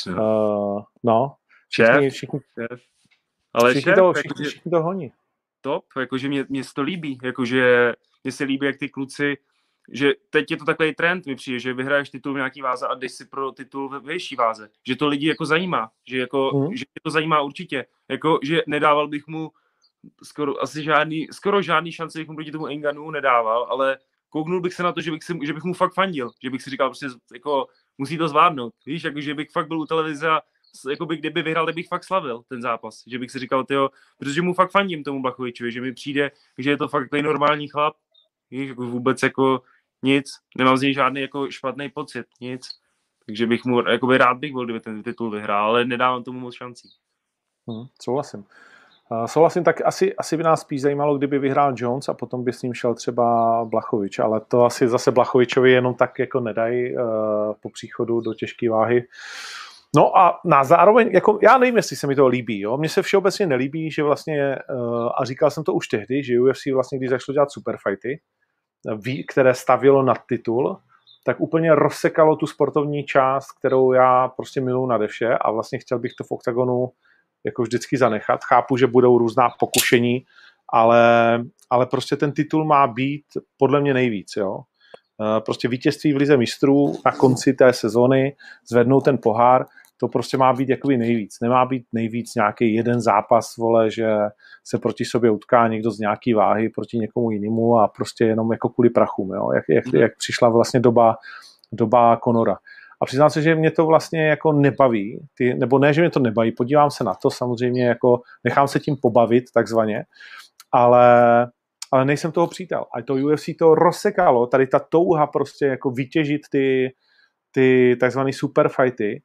[SPEAKER 3] Uh, no, všichni, všichni,
[SPEAKER 4] šéf. Ale
[SPEAKER 3] všichni,
[SPEAKER 4] šéf,
[SPEAKER 3] to,
[SPEAKER 4] jako,
[SPEAKER 3] všichni, všichni to honí.
[SPEAKER 4] Top, jakože mě, mě se to líbí, jakože mě se líbí, jak ty kluci, že teď je to takový trend, mi přijde, že vyhraješ titul v nějaký váze a jdeš si pro titul ve vyšší váze. Že to lidi jako zajímá, že, jako, mm. že to zajímá určitě. Jako, že nedával bych mu skoro, asi žádný, skoro žádný šance bych mu proti tomu Ngannou nedával, ale kouknul bych se na to, že bych, si, že bych mu fakt fandil, že bych si říkal prostě, jako, musí to zvládnout. Víš, jako, že bych fakt byl u televize a jako by, kdyby vyhrál, tak bych fakt slavil ten zápas. Že bych si říkal, tyjo, protože mu fakt fandím tomu Blachowiczovi, že mi přijde, že je to fakt takový normální chlap. Víš, jako vůbec jako nic, nemám z něj žádný jako špatný pocit, nic. Takže bych mu, jakoby rád bych byl, kdyby ten titul vyhrál, ale nedávám tomu moc šancí.
[SPEAKER 3] Hmm, souhlasím. Uh, souhlasím, tak asi, asi by nás spíš zajímalo, kdyby vyhrál Jones a potom by s ním šel třeba Blachowicz, ale to asi zase Blachowiczovi jenom tak jako nedají uh, po příchodu do těžké váhy. No a na zároveň, jako, já nevím, jestli se mi to líbí, jo? Mně se všeobecně nelíbí, že vlastně, uh, a říkal jsem to už tehdy, že U F C vlastně, když začalo dělat superfighty, které stavělo na titul, tak úplně rozsekalo tu sportovní část, kterou já prostě miluji nade vše a vlastně chtěl bych to v oktagonu jako vždycky zanechat. Chápu, že budou různá pokušení, ale, ale prostě ten titul má být podle mě nejvíc, jo. Prostě vítězství v lize mistrů na konci té sezony, zvednout ten pohár, to prostě má být jakoby nejvíc. Nemá být nejvíc nějaký jeden zápas, vole, že se proti sobě utká někdo z nějaký váhy proti někomu jinému a prostě jenom jako kvůli prachům, jo? Jak, jak, jak přišla vlastně doba, doba Conora. A přiznám se, že mě to vlastně jako nebaví, ty, nebo ne, že mě to nebaví, podívám se na to, samozřejmě jako nechám se tím pobavit takzvaně, ale, ale nejsem toho přítel. A to U F C to rozsekalo, tady ta touha prostě jako vytěžit ty, ty takzvané superfighty,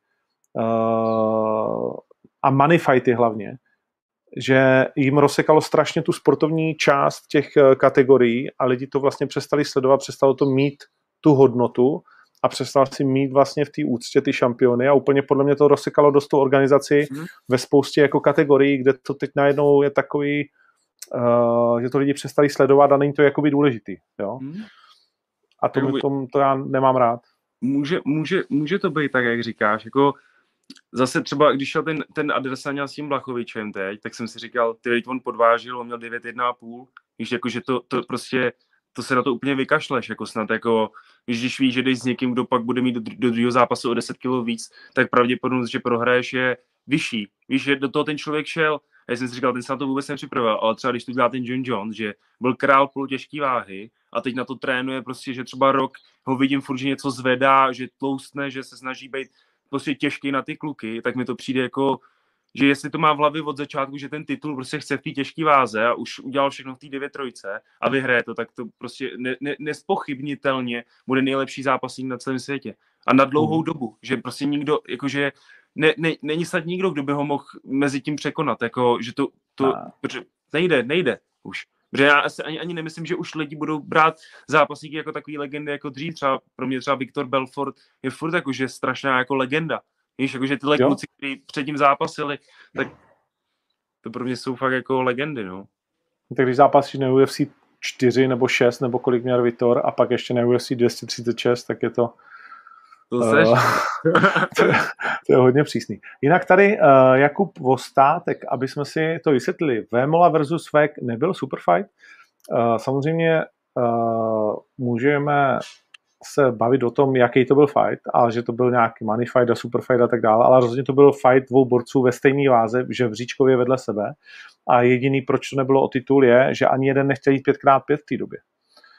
[SPEAKER 3] Uh, a money fighty hlavně, že jim rozsekalo strašně tu sportovní část těch kategorií a lidi to vlastně přestali sledovat, přestalo to mít tu hodnotu a přestalo si mít vlastně v té úctě ty šampiony a úplně podle mě to rozsekalo dost tu organizaci mm. ve spoustě jako kategorií, kde to teď najednou je takový, uh, že to lidi přestali sledovat a není to jakoby důležitý. Jo? Mm. A to, to, to já nemám rád.
[SPEAKER 4] Může, může, může to být tak, jak říkáš, jako zase třeba, když šel ten, ten Adesanya s tím Blachovičem teď, tak jsem si říkal, ty on podvážil, on měl devět jedna pět, víš, jako, že to, to prostě, to se na to úplně vykašleš, jako snad, jako, když víš, že jdeš s někým, kdo pak bude mít do, do druhého zápasu o deset kilo víc, tak pravděpodobnost, že prohraješ, je vyšší. Víš, že do toho ten člověk šel, a já jsem si říkal, ten se na to vůbec nepřipravil, ale třeba když tu dělá ten John Jones, že byl král polotěžký váhy a teď na to trénuje prostě, že třeba rok ho vidím furt, že něco zvedá, že tloustne, že se snaží být prostě těžký na ty kluky, tak mi to přijde jako, že jestli to má v hlavě od začátku, že ten titul prostě chce v té těžké váze a už udělal všechno v té devět trojce a vyhraje to, tak to prostě ne, ne, nespochybnitelně bude nejlepší zápasník na celém světě. A na dlouhou mm. dobu, že prostě nikdo, jakože ne, ne, není snad nikdo, kdo by ho mohl mezi tím překonat, jako, že to, to nejde, nejde už. Protože já asi ani, ani nemyslím, že už lidi budou brát zápasníky jako takový legendy jako dřív. Třeba pro mě třeba Viktor Belfort je furt jakože strašná jako legenda. Víš, jakože tyhle jo. kluci, kteří předtím zápasili, tak to pro mě jsou fakt jako legendy, no.
[SPEAKER 3] Tak když zápasíš na U F C čtyři nebo šest, nebo kolik měl Viktor, a pak ještě na U F C dvě stě třicet šest, tak je to...
[SPEAKER 4] To seš. Uh,
[SPEAKER 3] to, je, to je hodně přísný. Jinak tady uh, Jakub Vosta, tak aby jsme si to vysvětlili, Vémola versus Vek nebyl superfight. Uh, samozřejmě uh, můžeme se bavit o tom, jaký to byl fight, ale že to byl nějaký money fight a superfight a tak dále, ale rozhodně to byl fight dvou borců ve stejné váze, že v Říčkově vedle sebe. A jediný, proč to nebylo o titul, je, že ani jeden nechtěl jít pět krát pět v té době.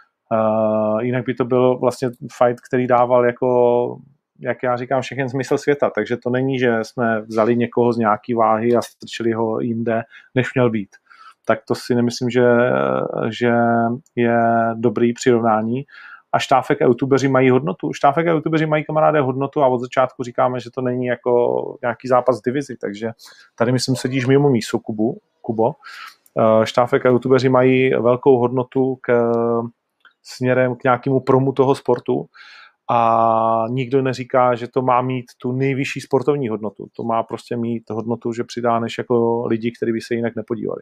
[SPEAKER 3] Uh, jinak by to byl vlastně fight, který dával jako, jak já říkám, všechen smysl světa, takže to není, že jsme vzali někoho z nějaký váhy a strčili ho jinde, než měl být. Tak to si nemyslím, že, že je dobrý přirovnání. A Štáfek a youtubeři mají hodnotu. Štáfek a youtubeři mají, kamaráde, hodnotu a od začátku říkáme, že to není jako nějaký zápas divizi, takže tady myslím sedíš mimo mísu, Kubu, Kubo. Uh, Štáfek a youtubeři mají velkou hodnotu k směrem k nějakému promu toho sportu a nikdo neříká, že to má mít tu nejvyšší sportovní hodnotu. To má prostě mít hodnotu, že přidá než jako lidi, kteří by se jinak nepodívali.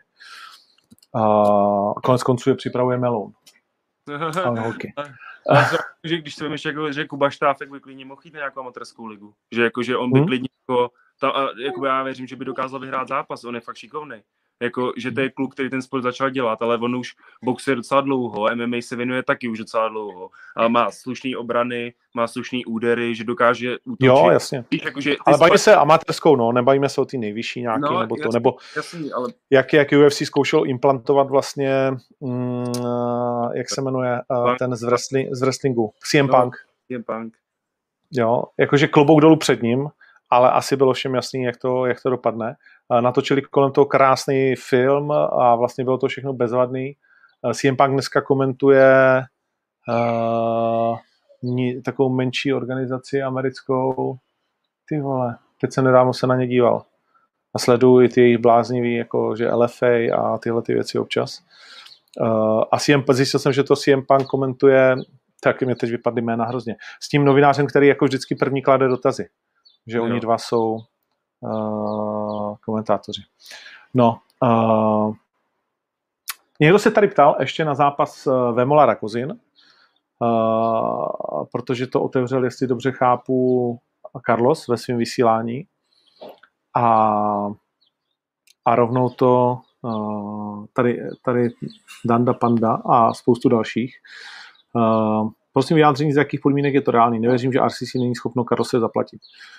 [SPEAKER 3] A konec konců je připravuje Meloun. Ale holky.
[SPEAKER 4] Že když se vemeš, jako, že Kuba Štáfek by klidně mohl jít na nějakou amatérskou ligu. Že, jako, že on by hmm. klidně jako, tam, jako já věřím, že by dokázal vyhrát zápas. On je fakt šikovný. Jako, že to je kluk, který ten sport začal dělat, ale on už boxuje docela dlouho, M M A se věnuje taky už docela dlouho. A má slušný obrany, má slušný údery, že dokáže útočit.
[SPEAKER 3] Jo, jasně.
[SPEAKER 4] Jako, že
[SPEAKER 3] ale bavíme se amatérskou, no, nebavíme se o ty nejvyšší nějaký, no, nebo to,
[SPEAKER 4] jasný,
[SPEAKER 3] nebo
[SPEAKER 4] jasný, ale...
[SPEAKER 3] jak, jak U F C zkoušel implantovat vlastně, mm, jak se jmenuje, uh, ten z, wrestling, z wrestlingu, C M Punk.
[SPEAKER 4] No, C M Punk.
[SPEAKER 3] Jo, jakože klobouk dolů před ním, ale asi bylo všem jasný, jak to, jak to dopadne. Natočili kolem toho krásný film a vlastně bylo to všechno bezvadný. C M Punk dneska komentuje uh, ní, takovou menší organizaci americkou. Ty vole, teď jsem nedávno se na ně díval. sleduju i ty jejich bláznivý, jako že L F A a tyhle ty věci občas. Uh, a C M, zjistil jsem, že to C M Punk komentuje, tak mě teď vypadly jména hrozně, s tím novinářem, který jako vždycky první klade dotazy. Že jo. Oni dva jsou uh, komentátoři. No, uh, někdo se tady ptal ještě na zápas Vémola Ragozin, uh, protože to otevřel, jestli dobře chápu, Carlos ve svém vysílání. A, a rovnou to uh, tady, tady Danda Panda a spoustu dalších. Uh, prosím vyjádření, z jakých podmínek je to reálný. Nevěřím, že R C C není schopno Carlose zaplatit.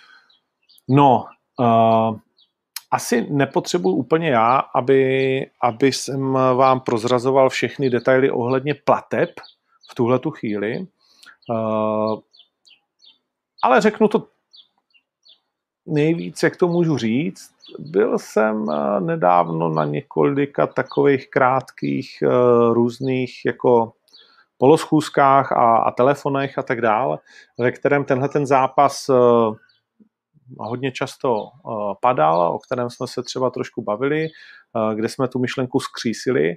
[SPEAKER 3] No, uh, asi nepotřebuji úplně já, aby, aby jsem vám prozrazoval všechny detaily ohledně plateb v tuhletu chvíli. Uh, ale řeknu to nejvíc, jak to můžu říct. Byl jsem nedávno na několika takových krátkých různých jako poloschůzkách a, a telefonech a tak dále, ve kterém tenhle ten zápas hodně často padal, o kterém jsme se třeba trošku bavili, kde jsme tu myšlenku skřísili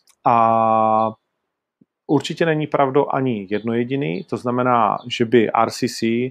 [SPEAKER 3] a určitě není pravdo ani jedno jediný, to znamená, že by R C C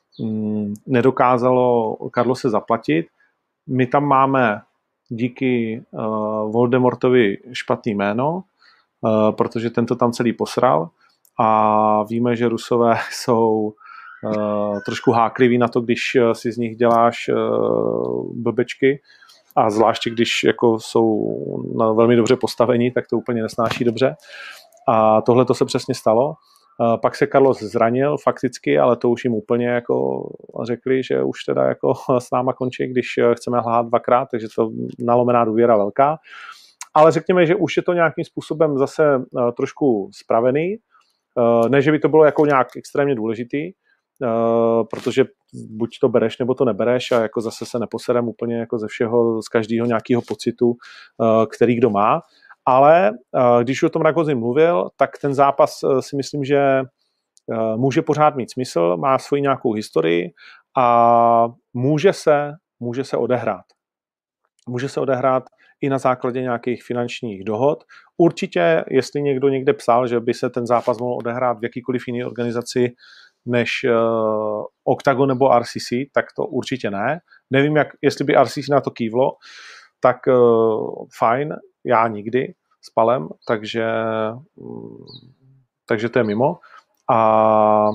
[SPEAKER 3] nedokázalo Carlose zaplatit. My tam máme díky uh, Voldemortovi špatný jméno, uh, protože tento tam celý posral a víme, že Rusové jsou uh, trošku hákliví na to, když si z nich děláš uh, blbečky a zvláště když jako jsou na velmi dobře postavení, tak to úplně nesnáší dobře. A tohle to se přesně stalo. Pak se Carlos zranil fakticky, ale to už jim úplně jako řekli, že už teda jako s náma končí, když chceme hlát dvakrát, takže to nalomená důvěra velká. Ale řekněme, že už je to nějakým způsobem zase trošku spravený. Ne, že by to bylo jako nějak extrémně důležitý, protože buď to bereš, nebo to nebereš a jako zase se neposerem úplně jako ze všeho, z každého nějakého pocitu, který kdo má. Ale když o tom Ragozin mluvil, tak ten zápas si myslím, že může pořád mít smysl, má svoji nějakou historii a může se, může se odehrát. Může se odehrát i na základě nějakých finančních dohod. Určitě, jestli někdo někde psal, že by se ten zápas mohl odehrát v jakýkoliv jiné organizaci než uh, Octagon nebo R C C, tak to určitě ne. Nevím, jak, jestli by R C C na to kývlo, tak uh, fajn, já nikdy s Palem, takže, um, takže to je mimo. A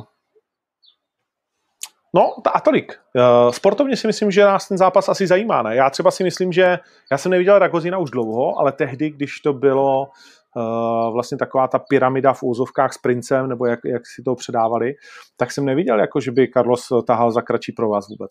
[SPEAKER 3] no a tolik. Uh, sportovně si myslím, že nás ten zápas asi zajímá, ne? Já třeba si myslím, že já jsem neviděl Ragozina už dlouho, ale tehdy, když to bylo uh, vlastně taková ta pyramida v úzovkách s princem, nebo jak, jak si to předávali, tak jsem neviděl, jako, že by Carlos tahal za kratší pro vás vůbec.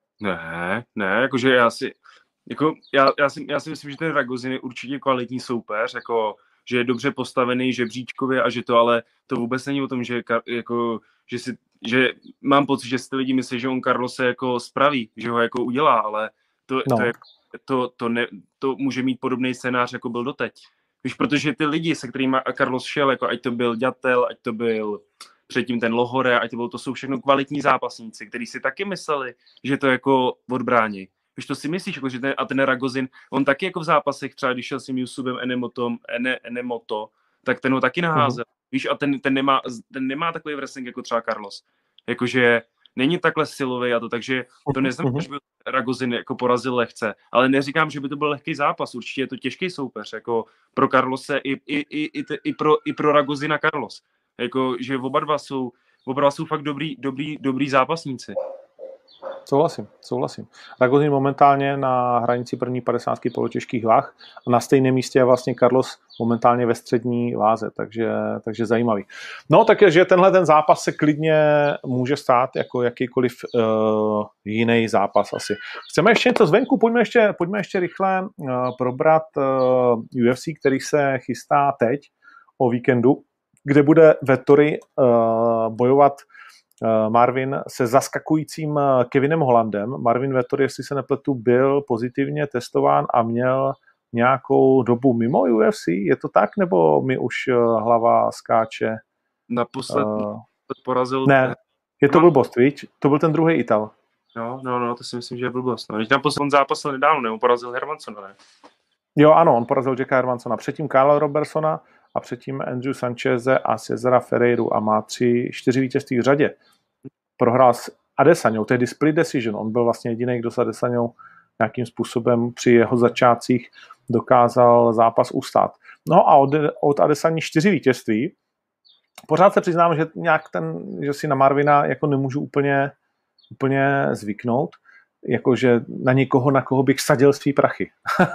[SPEAKER 4] Ne, ne, jakože já si, jako, já, já, si, já si myslím, že ten Ragozin je určitě kvalitní soupeř, jako, že je dobře postavený žebříčkově a že to, ale to vůbec není o tom, že, jako, že si že mám pocit, že si ty lidi myslí, že on Carlose jako spraví, že ho jako udělá, ale to, no. to, je, to, to, ne, to může mít podobný scénář, jako byl doteď. Víš, protože ty lidi, se kterými Carlos šel, jako ať to byl Ďatel, ať to byl předtím ten Lohore, ať to byl, to jsou všechno kvalitní zápasníci, kteří si taky mysleli, že to jako odbrání. Víš, to si myslíš, jako, že ten, a ten Ragozin, on taky jako v zápasech, třeba když šel s tím Yusubem Enemotom, Ene, Enemoto, tak ten ho taky naházel. Mm-hmm. Víš, a ten, ten, nemá, ten nemá takový wrestling jako třeba Carlos. Jakože není takhle silový a to, takže to neznamená, že by Ragozin jako porazil lehce, ale neříkám, že by to byl lehký zápas, určitě je to těžký soupeř, jako pro Carlose i, i, i, i, i, pro, i pro Ragozina Carlos. Jako, že oba dva jsou, oba dva jsou fakt dobrý, dobrý, dobrý zápasníci.
[SPEAKER 3] Souhlasím, souhlasím. Ragozin momentálně na hranici první padesátky polotěžkých váh a na stejném místě je vlastně Carlos momentálně ve střední váze, takže, takže zajímavý. No, takže tenhle ten zápas se klidně může stát jako jakýkoliv uh, jiný zápas asi. Chceme ještě něco zvenku? Pojďme ještě, pojďme ještě rychle uh, probrat uh, U F C, který se chystá teď o víkendu, kde bude Vettori uh, bojovat Marvin se zaskakujícím Kevinem Hollandem. Marvin Vettori, jestli se nepletu, byl pozitivně testován a měl nějakou dobu mimo U F C. Je to tak, nebo mi už hlava skáče?
[SPEAKER 4] Naposled uh, porazil...
[SPEAKER 3] Ne, je to blbost, víš? To byl ten druhý Ital.
[SPEAKER 4] No, no, no, to si myslím, že je blbost. No. Když tam poslední zápasil nedávno, nebo porazil Hermansona, ne?
[SPEAKER 3] Jo, ano, on porazil Jacka Hermansona, předtím Kyle Robertsona a předtím Andrew Sancheze a Cezara Ferreiru a má tři, čtyři vítězství v řadě. Prohrál s Adesaňou, tehdy split decision, on byl vlastně jediný, kdo s Adesaňou nějakým způsobem při jeho začátcích dokázal zápas ustát. No a od, od Adesaní čtyři vítězství. Pořád se přiznám, že nějak ten, že si na Marvina jako nemůžu úplně, úplně zvyknout, jakože na někoho, na koho bych sadil svý prachy.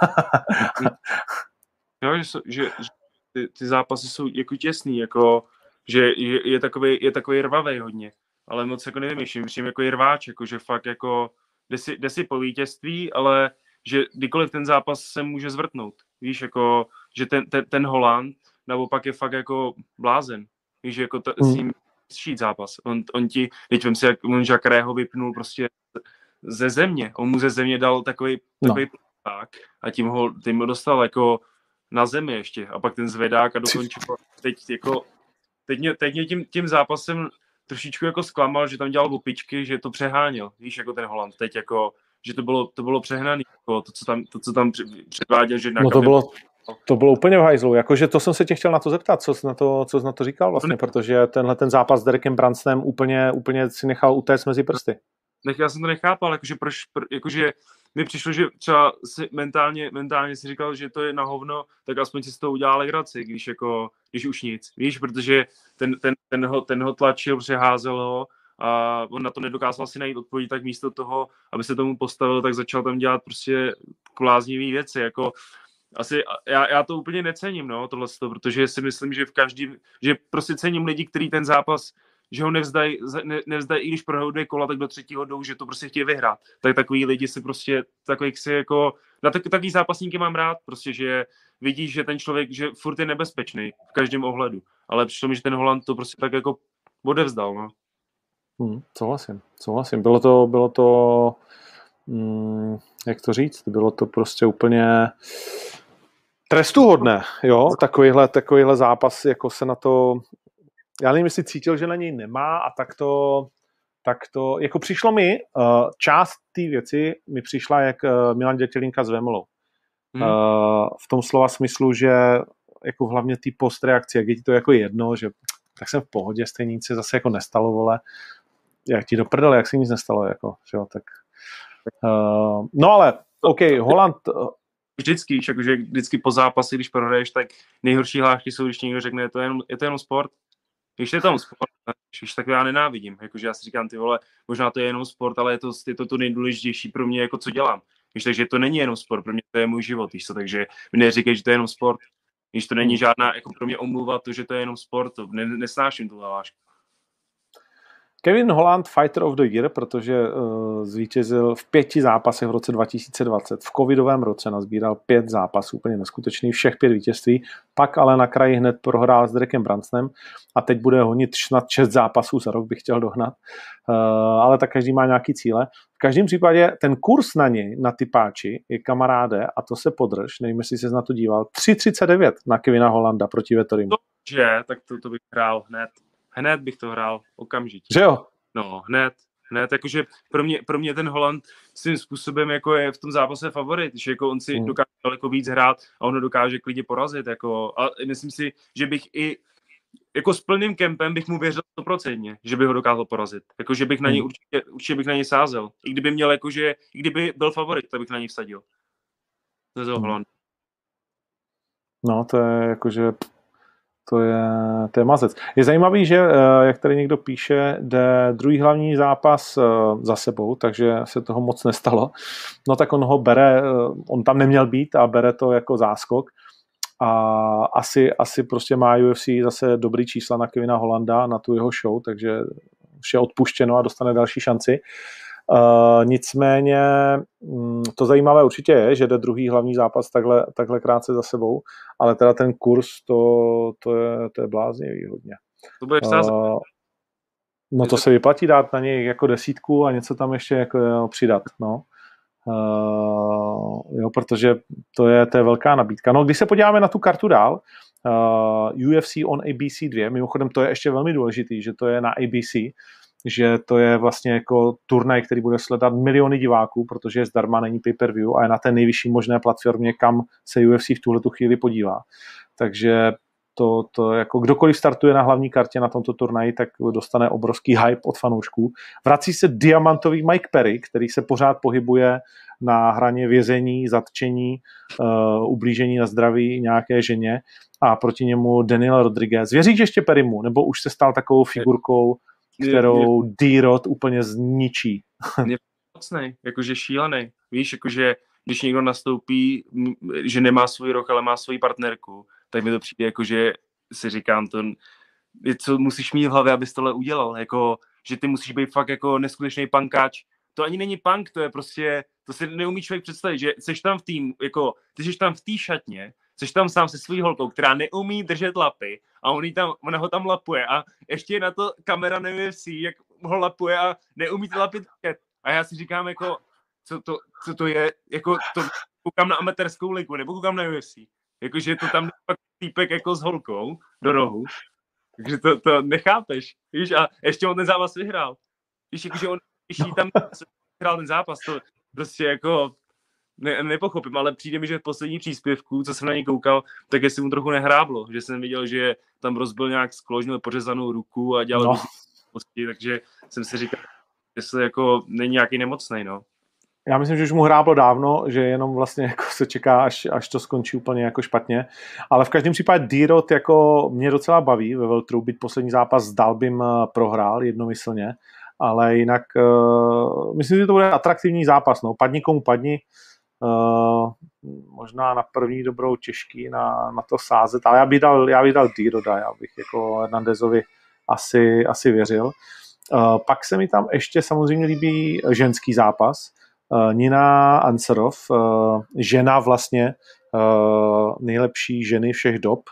[SPEAKER 4] Jo, že, že, že ty, ty zápasy jsou jako těsný, jako, že je, je, takový, je takový rvavej hodně, ale moc jako nevymýšlím, myslím jako je rváč, jako, že fakt jako jde si, jde si po vítězství, ale že kdykoliv ten zápas se může zvrtnout. Víš, jako, že ten, ten, ten Holland naopak je fakt jako blázen. Víš, jako t- s ním šít zápas. On, on ti, teď vem si, jak on Jacquerého vypnul prostě ze země. On mu ze země dal takový, takový no. pták a tím ho, tím ho dostal jako na zemi ještě. A pak ten zvedák a dokončil. Teď jako, teď mě, teď mě tím, tím zápasem trošičku jako zklamal, že tam dělal opičky, že to přeháněl. Víš, jako ten Holland teď jako, že to bylo, to bylo přehnaný. Jako to, co tam, to, co tam předváděl, že na
[SPEAKER 3] no to bylo, to bylo úplně v hajzlu. Jakože to jsem se tě chtěl na to zeptat, co jsi na to, co jsi na to říkal vlastně, protože tenhle ten zápas s Derekem Brunsonem úplně, úplně si nechal utéct mezi prsty.
[SPEAKER 4] Nech, já jsem to nechápal, jakože, proč, jakože mi přišlo, že třeba si mentálně, mentálně si říkal, že to je na hovno, tak aspoň si z toho udělal legraci, když, jako, když už nic, víš, protože ten, ten, ten, ho, ten ho tlačil, přeházel ho a on na to nedokázal si najít odpověď, tak místo toho, aby se tomu postavil, tak začal tam dělat prostě bláznivý věci, jako asi, já, já to úplně necením, no, tohleto, protože si myslím, že v každém, že prostě cením lidi, kteří ten zápas, že ho nevzdají, ne, nevzdají, i když prohrajou dvě kola, tak do třetího jdou, že to prostě chtějí vyhrát. Tak takový lidi si prostě, takových si jako, na tak, takový zápasníky mám rád, prostě, že vidíš, že ten člověk, že furt je nebezpečný v každém ohledu, ale přišlo mi, že ten Holland to prostě tak jako odevzdal, no.
[SPEAKER 3] Hmm, souhlasím, souhlasím. Bylo to, bylo to, hmm, jak to říct, bylo to prostě úplně trestuhodné, jo, takovýhle, takovýhle zápas, jako se na to, já nevím, jestli cítil, že na něj nemá a tak to, tak to, jako přišlo mi, uh, část té věci mi přišla, jak uh, Milan Dětělinka s Vemolou. Hmm. Uh, v tom slova smyslu, že jako hlavně ty postreakce, jak je ti to jako jedno, že tak jsem v pohodě, stejně nic se zase jako nestalo, vole, jak ti do prdele, jak se nic nestalo, jako, že jo, tak uh, no ale, OK, Holland
[SPEAKER 4] vždycky, že vždycky po zápase, když prohraješ, tak nejhorší hlášky jsou, když někdo řekne, je to jenom, je to jenom sport. Když je tam sport, když tak já nenávidím. Jakože já si říkám, ty vole, možná to je jenom sport, ale je to, je to to nejdůležitější pro mě, jako co dělám. Víš, takže to není jenom sport, pro mě to je můj život, víš co, takže mi neříkej, že to je jenom sport. Když to není žádná, jako pro mě omluva, to, že to je jenom sport, to ne, nesnáším tu hlášku.
[SPEAKER 3] Kevin Holland Fighter of the Year, protože uh, zvítězil v pěti zápasech v roce dva tisíce dvacet. V covidovém roce nazbíral pět zápasů, úplně neskutečný, všech pět vítězství. Pak ale na kraji hned prohrál s Derekem Brunsonem a teď bude honit snad šest zápasů za rok, bych chtěl dohnat. Uh, ale tak každý má nějaký cíle. V každém případě ten kurz na něj, na typáči, je kamaráde, a to se podrž, nevím, jestli jsi na to díval, tři třicet devět na Kevina Hollanda proti Vettorimu.
[SPEAKER 4] Že, tak to, to bych hrál hned. Hned bych to hrál, okamžitě.
[SPEAKER 3] Že jo?
[SPEAKER 4] No, hned, hned, jakože pro mě, pro mě ten Holland svým způsobem jako je v tom zápase favorit, že jako on si hmm. dokáže daleko víc hrát a on ho dokáže klidně porazit, jako, a myslím si, že bych i jako s plným kempem bych mu věřil sto procent, že by ho dokázal porazit, jako, že bych na něj určitě, určitě bych na něj sázel, i kdyby měl, jakože, i kdyby byl favorit, tak bych na něj vsadil. To je hmm. Holland.
[SPEAKER 3] No, to je jakože To je, to je mazec. Je zajímavý, že, jak tady někdo píše, jde druhý hlavní zápas za sebou, takže se toho moc nestalo. No tak on ho bere, on tam neměl být a bere to jako záskok. A asi, asi prostě má U F C zase dobrý čísla na Kevina Hollanda, na tu jeho show, takže vše odpuštěno a dostane další šanci. Uh, nicméně to zajímavé určitě je, že jde druhý hlavní zápas takhle, takhle krátce za sebou, ale teda ten kurz, to, to, je, to je bláznivý hodně.
[SPEAKER 4] To bude uh,
[SPEAKER 3] no to se vyplatí dát na něj jako desítku a něco tam ještě jako jo, přidat, no. Uh, jo, protože to je, to je velká nabídka. No, když se podíváme na tu kartu dál, uh, U F C on A B C dva, mimochodem to je ještě velmi důležitý, že to je na A B C, že to je vlastně jako turnaj, který bude sledovat miliony diváků, protože je zdarma, není pay-per-view a je na té nejvyšší možné platformě, kam se U F C v tuhletu chvíli podívá. Takže to, to jako kdokoliv startuje na hlavní kartě na tomto turnaji, tak dostane obrovský hype od fanoušků. Vrací se diamantový Mike Perry, který se pořád pohybuje na hraně vězení, zatčení, uh, ublížení na zdraví nějaké ženě a proti němu Daniel Rodriguez. Věříš ještě Perrymu, nebo už se stal takovou figurkou, kterou D-Rod úplně zničí?
[SPEAKER 4] Je mocnej, jakože šílený. Víš, jakože když někdo nastoupí, že nemá svůj rok, ale má svoji partnerku, tak mi to přijde jako, že si říkám, to co musíš mít v hlavě, abys tohle udělal, jako, že ty musíš být fakt jako neskutečný pankáč. To ani není punk, to je prostě, to si neumí člověk představit, že seš tam v tým, jako, ty jsi tam v té šatně, seš tam sám se svou holkou, která neumí držet lapy a on tam, ona ho tam lapuje a ještě je na to kamera na U F C, jak ho lapuje a neumí ty lapy držet. A já si říkám, jako, co to, co to je, jako, to koukám na amatérskou ligu, nebo koukám na U F C. Jakože to tam pak týpek jako s holkou do rohu. Takže to, to nechápeš. Víš, a ještě on ten zápas vyhrál. Víš, jakože on, když jí tam vyhrál ten zápas, to prostě jako ne, nepochopím, ale přijde mi, že v poslední příspěvku, co jsem na něj koukal, tak jestli mu trochu nehráblo, že jsem viděl, že tam rozbil nějak sklo, měl pořezanou ruku a dělal
[SPEAKER 3] no.
[SPEAKER 4] Posti, takže jsem si říkal, jestli jako není nějaký nemocnej, no.
[SPEAKER 3] Já myslím, že už mu hráblo dávno, že jenom vlastně jako se čeká, až, až to skončí úplně jako špatně. Ale v každém případě D-Rod jako mě docela baví ve welteru, byť poslední zápas s Dalbym prohrál jednomyslně, ale jinak uh, myslím, že to bude atraktivní zápas. No. Padni komu padni, uh, možná na první dobrou těžký na, na to sázet, ale já bych dal, já bych dal D-Roda, já bych jako Hernandezovi asi, asi věřil. Uh, pak se mi tam ještě samozřejmě líbí ženský zápas. Uh, Nina Anserov, uh, žena vlastně uh, nejlepší ženy všech dob.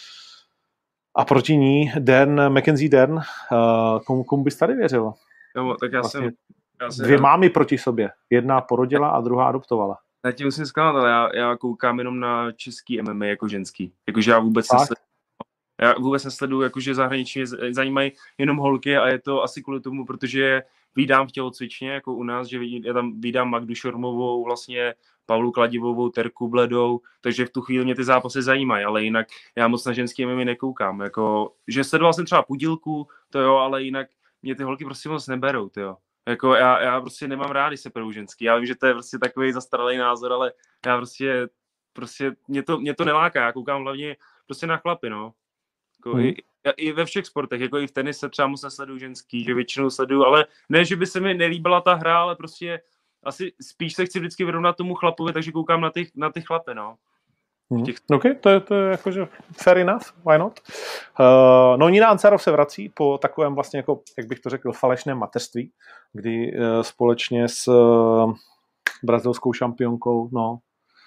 [SPEAKER 3] A proti ní Dan, Mackenzie Dan, uh, komu, komu bys tady věřil?
[SPEAKER 4] Jo, tak já
[SPEAKER 3] vlastně
[SPEAKER 4] jsem... Já jsem
[SPEAKER 3] dvě mámy proti sobě. Jedna porodila a druhá adoptovala.
[SPEAKER 4] Já ti musím zklamat, ale já, já koukám jenom na český M M A jako ženský. Jakože já vůbec
[SPEAKER 3] tak?
[SPEAKER 4] nesleduju. Já vůbec nesleduju, jakože zahraničí zajímají jenom holky a je to asi kvůli tomu, protože vídám v tělocvičně, jako u nás, že já tam vídám Magdu Šormovou, vlastně Paulu Kladivovou, Terku Bledou, takže v tu chvíli mě ty zápasy zajímají, ale jinak já moc na ženský M M A nekoukám. Jako, že sledoval jsem třeba Pudilku, to jo, ale jinak mě ty holky prostě moc neberou, to jo. Jako já, já prostě nemám rád, když se perou ženský. Já vím, že to je prostě takový zastaralý názor, ale já prostě, prostě mě to, mě to neláká. Já koukám hlavně prostě na chlapy, no. Jako hmm. i, i ve všech sportech, jako i v tenise třeba moc nesleduju ženský, že většinou sleduju, ale ne, že by se mi nelíbila ta hra, ale prostě asi spíš se chci vždycky vyrovnat tomu chlapovi, takže koukám na ty, na ty chlapy, no.
[SPEAKER 3] Hmm. Těch... OK, to je, to je jakože fair enough, why not? Uh, no Nina Anserov se vrací po takovém vlastně, jako, jak bych to řekl, falešném mateřství, kdy uh, společně s uh, brazilskou šampionkou, no,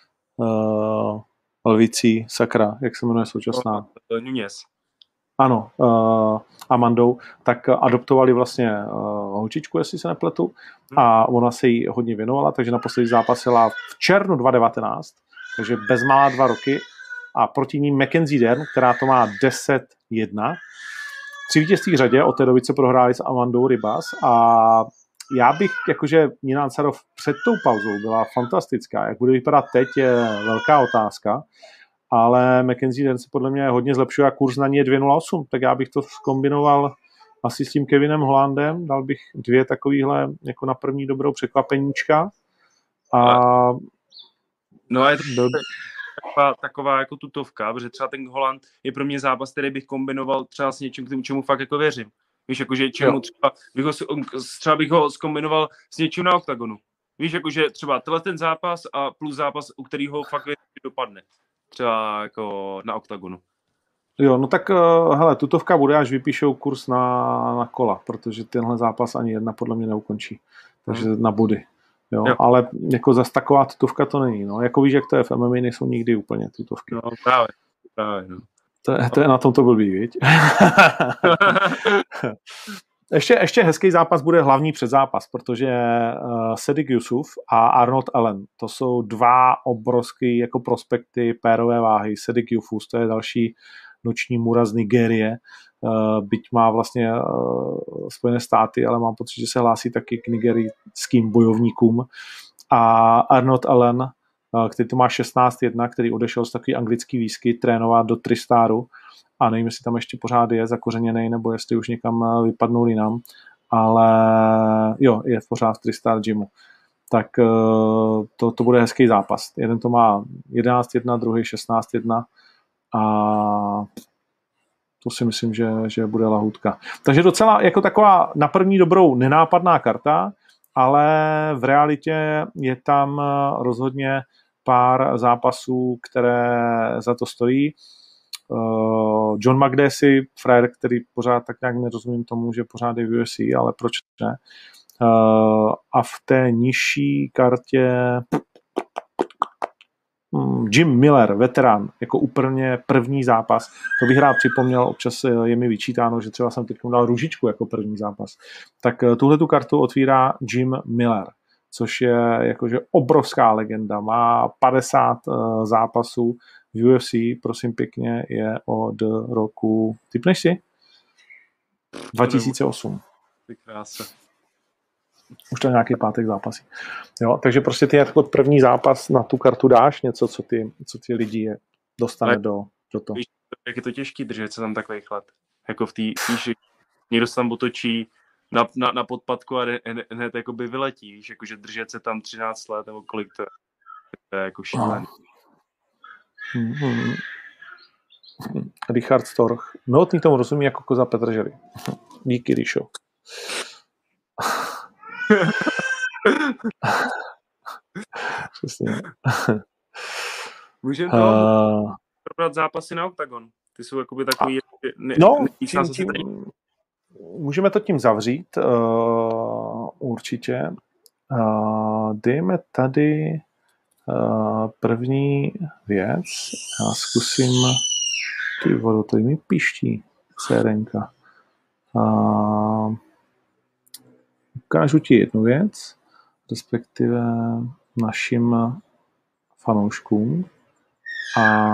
[SPEAKER 3] uh, Lvicí, sakra, jak se jmenuje současná?
[SPEAKER 4] Nunes.
[SPEAKER 3] Ano, uh, Amandou, tak adoptovali vlastně uh, holčičku, jestli se nepletu, a ona se jí hodně věnovala, takže naposledy zápasila v červnu dva tisíce devatenáct, takže bezmála dva roky a proti ní Mackenzie Dern, která to má deset jedna. Tři vítězství v řadě, od té doby, co prohráli s Amandou Ribas a já bych, jakože Nina Anserov před tou pauzou byla fantastická. Jak bude vypadat teď, je velká otázka, ale Mackenzie Dern se podle mě hodně zlepšuje a kurz na ní je dvě nula osm, tak já bych to zkombinoval asi s tím Kevinem Hollandem, dal bych dvě takovýhle jako na první dobrou překvapeníčka a
[SPEAKER 4] no a je to byl... taková, taková jako tutovka, protože třeba ten Holland je pro mě zápas, který bych kombinoval třeba s něčím, k tomu, čemu fakt jako věřím. Víš, jakože čemu třeba bych, ho, třeba bych ho zkombinoval s něčím na oktagonu. Víš, jakože třeba tenhle ten zápas a plus zápas, u kterého fakt věřím, dopadne. Třeba jako na oktagonu.
[SPEAKER 3] Jo, no tak hele, tutovka bude, až vypíšou kurz na, na kola, protože tenhle zápas ani jedna podle mě neukončí. Takže hmm. na body. Jo, jo. Ale jako zas taková tutovka to není. No. Jako víš, jak to je, v M M A nejsou nikdy úplně tutovky.
[SPEAKER 4] No právě, právě, no.
[SPEAKER 3] To je, to je na tom to blbý, viď? ještě, ještě hezký zápas bude hlavní předzápas, protože uh, Sadiq Yusuf a Arnold Allen, to jsou dva obrovský jako prospekty pérové váhy. Sadiq Yusuf, to je další noční můra z Nigérie, byť má vlastně Spojené státy, ale mám pocit, že se hlásí taky k nigerijským bojovníkům. A Arnold Allen, který to má šestnáct jedna, který odešel z takový anglický výsky trénovat do Tristaru a nevím, jestli tam ještě pořád je zakořeněnej, nebo jestli už někam vypadnul jinam, ale jo, je pořád v Tristar gymu. Tak to, to bude hezký zápas. Jeden to má jedenáct jedna, druhý šestnáct jedna a to si myslím, že, že bude lahůdka. Takže docela jako taková na první dobrou nenápadná karta, ale v realitě je tam rozhodně pár zápasů, které za to stojí. John McDessie, frajer, který pořád tak nějak nerozumím tomu, že pořád je v U F C, ale proč ne? A v té nižší kartě Jim Miller, veterán, jako úplně první zápas. To bych rád připomněl, občas je mi vyčítáno, že třeba jsem teď dal růžičku jako první zápas. Tak tuhle tu kartu otvírá Jim Miller, což je jakože obrovská legenda. Má padesát zápasů v U F C, prosím pěkně, je od roku, typneš si? dva tisíce osm.
[SPEAKER 4] Ty krása.
[SPEAKER 3] Už to nějaký pátek zápasí. Jo, takže prostě ty jako první zápas na tu kartu dáš něco, co ty, co ty lidi je, dostane Ale, do, do toho.
[SPEAKER 4] Víš, jak je to těžký držet se tam takový chlad. Jako v té, víš, někdo se tam otočí na, na, na podpadku a hned, hned jakoby vyletí, víš, jakože držet se tam třináct let, nebo kolik to je, to je jako šílený.
[SPEAKER 3] Mm-hmm. Richard Storch. Milotný tomu rozumí jako koza Petržely. Díky, Ríšo. Přesně.
[SPEAKER 4] Můžeme to uh, probrat zápasy na Octagon. Ty jsou jakoby takový... Ne,
[SPEAKER 3] no, tím, tím, můžeme to tím zavřít. Uh, určitě. Uh, dejme tady uh, první věc. Já zkusím... Ty vodu, to mi piští sérenka. Uh, Ukážu ti jednu věc, respektive našim fanouškům. A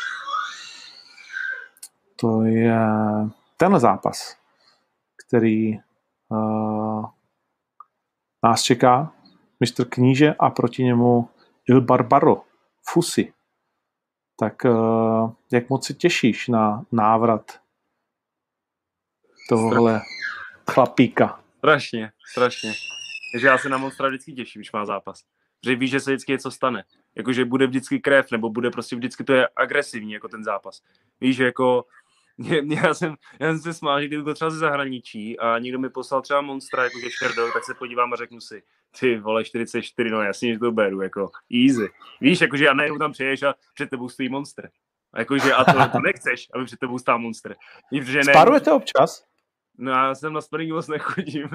[SPEAKER 3] to je ten zápas, který uh, nás čeká. mistr Kníže a proti němu Il Barbaro, Fusi. Tak uh, jak moc se těšíš na návrat tohohle chlapíka?
[SPEAKER 4] Strašně, strašně. Takže já se na Monstra vždycky těším, když má zápas. Protože víš, že se vždycky něco stane. Jakože bude vždycky krev, nebo bude prostě vždycky to je agresivní, jako ten zápas. Víš, že jako já jsem, já jsem se smál, že kdyby byl třeba ze zahraničí a někdo mi poslal třeba Monstra, jakože Sherdog, tak se podívám a řeknu si, ty vole, čtyřicet čtyři, no jasně, že to beru, jako easy. Víš, jakože a najednou tam přijdeš a před tebou stojí Monster. A jakože a to, to nechceš, aby před tebou stál Monster.
[SPEAKER 3] Spárujete občas?
[SPEAKER 4] No já jsem na sparingu moc nechodím.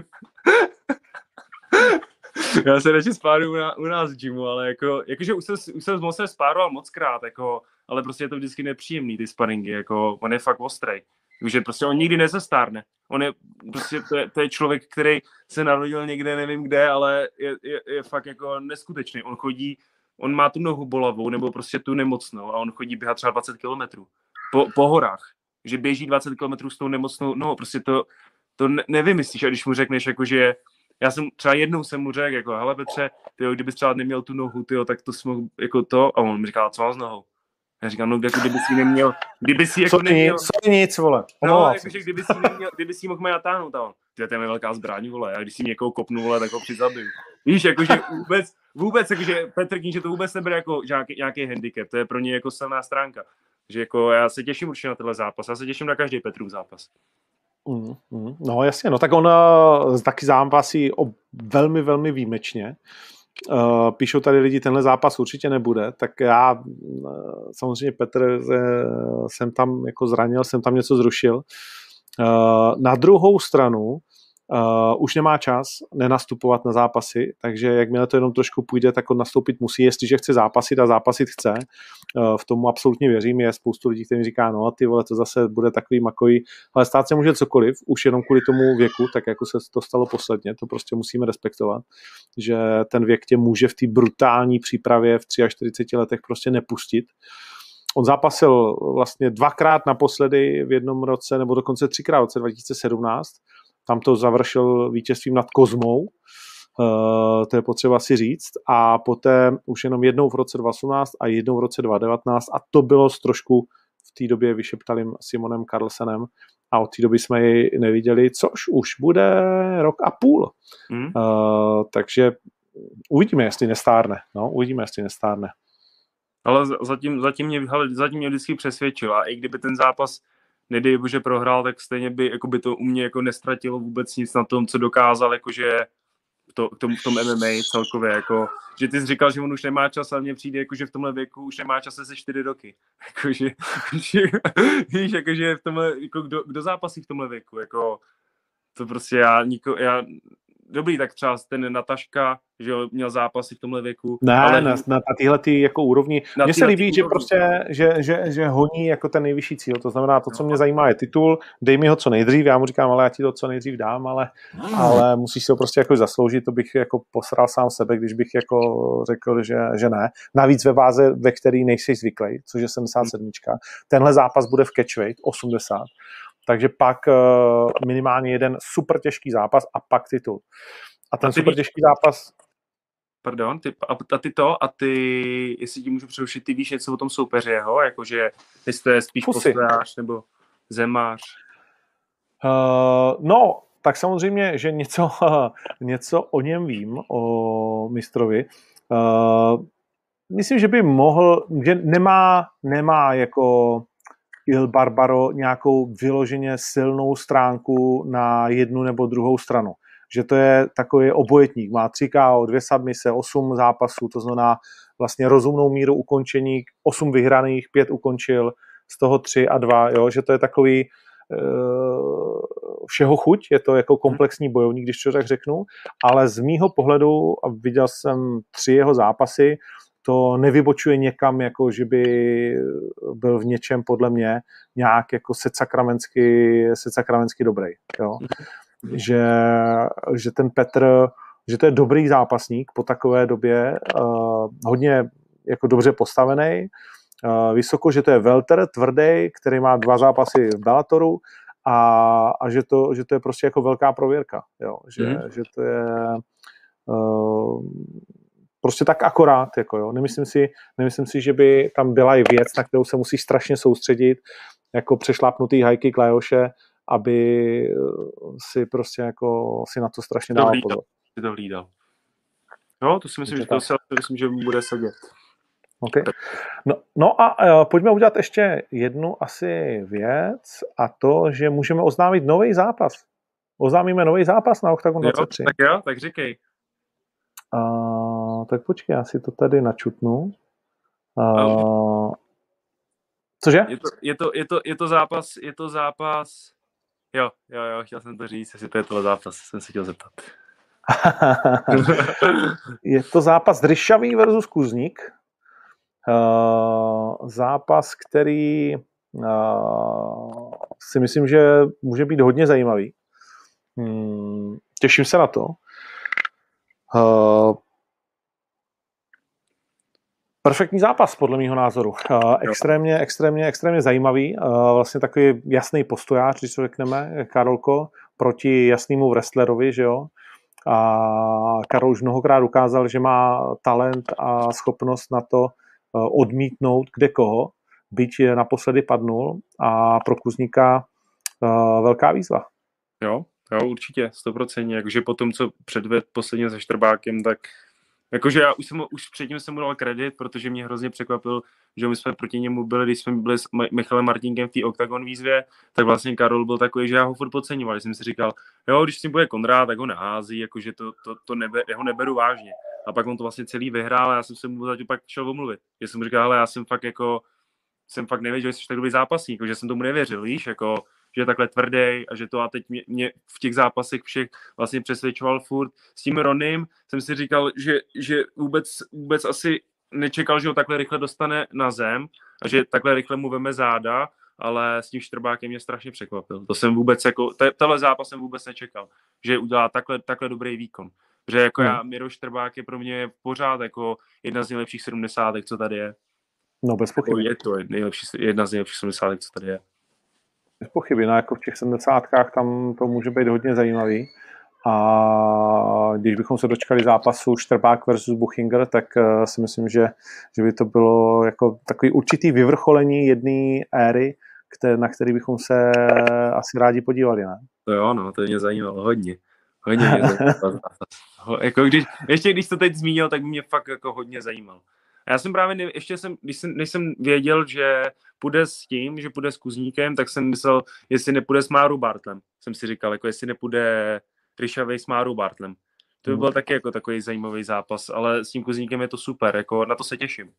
[SPEAKER 4] Já se radši spáruju u, u nás v gymu, ale jako, jakože už jsem, už jsem s Monsterem spároval moc krát, jako, ale prostě je to vždycky nepříjemný, ty sparingy, jako, on je fakt ostrej. Takže prostě on nikdy nezestárne. On je, prostě to je, to je člověk, který se narodil někde, nevím kde, ale je, je, je fakt jako neskutečný. On chodí, on má tu nohu bolavou, nebo prostě tu nemocnou a on chodí běhat třeba dvacet kilometrů po, po horách. Že běží dvacet kilometrů s tou nemocnou, no prostě to, to ne, nevymyslíš, a když mu řekneš, jako, že já jsem třeba jednou jsem mu řekl, jako, hele Petře, tyjo, kdybys třeba neměl tu nohu, tyjo, tak to jsme jako to, a on mi říkal, co mám s nohou? Já říkám, no jako kdyby si neměl, kdyby si jako
[SPEAKER 3] co
[SPEAKER 4] neměl...
[SPEAKER 3] Co nic, vole.
[SPEAKER 4] No, jakože kdyby si neměl, kdyby si mohl mě natáhnout, a on, tyjo, to je velká zbraň, vole, a když si někoho kopnu, vole, tak ho přizabiju. Víš, jakože vůbec, vůbec, jakože Petr Kníže to vůbec nebude jako nějaký, nějaký handicap, to je pro ně jako silná stránka. Že jako já se těším určitě na tenhle zápas, já se těším na každý Petrův zápas.
[SPEAKER 3] Mm, mm, no jasně, no tak on uh, taky zápasí o velmi, velmi výjimečně. Uh, píšou tady lidi, tenhle zápas určitě nebude, tak já uh, samozřejmě Petr uh, jsem tam jako zranil, jsem tam něco zrušil. Uh, na druhou stranu Uh, už nemá čas nenastupovat na zápasy, takže jakmile to jenom trošku půjde, tak on nastoupit musí, jestliže chce zápasit a zápasit chce. Uh, v tomu absolutně věřím, je spoustu lidí, kteří říká, no ty vole, to zase bude takový makový, ale stát se může cokoliv, už jenom kvůli tomu věku, tak jako se to stalo posledně, to prostě musíme respektovat, že ten věk tě může v té brutální přípravě v čtyřiadčtyřiceti letech prostě nepustit. on zápasil vlastně dvakrát naposledy v jednom roce, nebo dokonce třikrát v roce dva tisíce sedmnáct. Tam to završil vítězstvím nad Kozmou, uh, to je potřeba si říct. A poté už jenom jednou v roce dva tisíce osmnáct a jednou v roce dva tisíce devatenáct. A to bylo s trošku v té době vyšeptalým Simonem Karlsenem. A od té doby jsme ji neviděli, což už bude rok a půl. Mm. Uh, takže uvidíme, jestli nestárne. No, uvidíme, jestli nestárne.
[SPEAKER 4] Ale zatím, zatím, mě, zatím mě vždycky přesvědčil. A i kdyby ten zápas, nedej bože, prohrál, tak stejně by, jako by to u mě jako nestratilo vůbec nic na tom, co dokázal, jakože to, tom, v tom M M A celkově. Jako, že ty jsi říkal, že on už nemá čas, a mně přijde, jako, že v tomhle věku už nemá čas se čtyři roky. Jakože, že, víš, jakože v tomhle, jako kdo, kdo zápasí v tomhle věku? Jako, to prostě já, niko, já dobrý, tak třeba ten Nataška, že měl zápasy v tomhle věku.
[SPEAKER 3] Ne,
[SPEAKER 4] ale
[SPEAKER 3] na, na tyhle ty jako úrovni. Mně se líbí, že prostě, že, že, že honí jako ten nejvyšší cíl. To znamená, to, co mě zajímá, je titul. Dej mi ho co nejdřív. Já mu říkám, ale já ti to co nejdřív dám, ale, ale musíš si ho prostě jako zasloužit. To bych jako posral sám sebe, když bych jako řekl, že, že ne. Navíc ve váze, ve který nejsi zvyklý, což je sedmdesát sedm. Tenhle zápas bude v catchweight osmdesát. Takže pak uh, minimálně jeden super těžký zápas a pak titul. A ten a super víš, těžký zápas...
[SPEAKER 4] Pardon, ty, a, a ty to, a ty, jestli ti můžu přerušit, ty víš něco o tom soupeři jeho? Jakože ty jste spíš postář nebo zemář?
[SPEAKER 3] Uh, no, tak samozřejmě, že něco, něco o něm vím, o mistrovi. Uh, myslím, že by mohl, že nemá, nemá jako... Il Barbaro nějakou vyloženě silnou stránku na jednu nebo druhou stranu. Že to je takový obojetník. Má tři ká ó, dvě submise, osm zápasů, to znamená vlastně rozumnou míru ukončení, osm vyhraných, pět ukončil, z toho tři a dva, jo? Že to je takový uh, všeho chuť, je to jako komplexní bojovník, když to tak řeknu, ale z mýho pohledu, a viděl jsem tři jeho zápasy, to nevybočuje někam, jako že by byl v něčem podle mě nějak jako sedsakramensky, sedsakramensky dobrý. Jo? Že, že ten Petr, že to je dobrý zápasník po takové době, uh, hodně jako dobře postavený, uh, vysoko, že to je welter, tvrdý, který má dva zápasy v Bellatoru a, a že, to, že to je prostě jako velká prověrka. Jo? Že, mm. že to je... Uh, prostě tak akorát, jako jo. Nemyslím si, nemyslím si, že by tam byla i věc, na kterou se musí strašně soustředit, jako přešlápnutý high kick Lajoše, aby si prostě jako si na to strašně dával pozor.
[SPEAKER 4] Ty to hlídal. No, to si myslím, že to se, myslím, že bude sedět.
[SPEAKER 3] Okay. No, no a uh, pojďme udělat ještě jednu asi věc a to, že můžeme oznámit nový zápas. Oznámíme nový zápas na Octagon dvacet tři.
[SPEAKER 4] Jo, tak jo, tak říkej.
[SPEAKER 3] Uh, tak počkej, já si to tady načutnu. Uh, cože?
[SPEAKER 4] Je to, je, to, je, to, je to zápas, je to zápas, jo, jo, jo, chtěl jsem to říct, jestli to je tohle zápas, jsem se chtěl zeptat.
[SPEAKER 3] Je to zápas Dryšavý versus Kuzník. Uh, zápas, který uh, si myslím, že může být hodně zajímavý. Hmm, těším se na to. Uh, perfektní zápas, podle mého názoru. Uh, extrémně, extrémně, extrémně zajímavý. Uh, vlastně takový jasný postojář, když to řekneme, Karolko, proti jasnému wrestlerovi, že jo. A Karol už mnohokrát ukázal, že má talent a schopnost na to uh, odmítnout kde koho, byť naposledy padnul, a pro Kuzníka uh, velká výzva.
[SPEAKER 4] Jo. Jo, určitě, stoprocentně, jakože po tom, co předvedl posledně se Štrbákem, tak jakože já už jsem už předtím jsem mu dal kredit, protože mě hrozně překvapil, že my jsme proti němu byli, když jsme byli s Michalem Martinkem v té Octagon výzvě, tak vlastně Karol byl takový, že já ho furt podceňoval, že jsem si říkal, jo, když s tím bude Konrád, tak ho nahází, jakože to, to, to nebe, já ho neberu vážně. A pak on to vlastně celý vyhrál a já jsem se mu zatím pak šel omluvit. Že jsem mu říkal, ale já jsem fakt jako, jsem fakt nevěděl, že jsi tak dobrý zápasník, že jsem tomu nevěřil, víš, jako že je takhle tvrdý a že to a teď mě, mě v těch zápasech všech vlastně přesvědčoval furt. S tím Ronym jsem si říkal, že, že vůbec, vůbec asi nečekal, že ho takhle rychle dostane na zem a že takhle rychle mu veme záda, ale s tím Štrbákem mě strašně překvapil. To jsem vůbec jako, tenhle zápas jsem vůbec nečekal, že udělá takhle, takhle dobrý výkon. Protože jako hmm. já, Miro Štrbák je pro mě pořád jako jedna z nejlepších sedmdesátek, co tady je.
[SPEAKER 3] No bez pochyby.
[SPEAKER 4] Je to nejlepší, jedna z nejlepších sedmdesátek, co tady je.
[SPEAKER 3] Bez pochyby, no jako v těch sedmdesátkách tam to může být hodně zajímavý. A když bychom se dočkali zápasu Štrbák versus Buchinger, tak uh, si myslím, že, že by to bylo jako takový určitý vyvrcholení jedné éry, které, na který bychom se asi rádi podívali, ne?
[SPEAKER 4] To jo, no, to mě zajímalo hodně. Hodně mě zajímalo. Jako když, ještě když to teď zmínil, tak mě fakt jako hodně zajímalo. A já jsem právě, ne, ještě jsem, když jsem, než jsem věděl, že půjde s tím, že půjde s Kuzníkem, tak jsem myslel, jestli nepůjde s Máru Bartlem. Jsem si říkal, jako jestli nepůjde Ryšavej s Márou Bartlem. To by byl taky jako takový zajímavý zápas, ale s tím Kuzníkem je to super, jako na to se těším.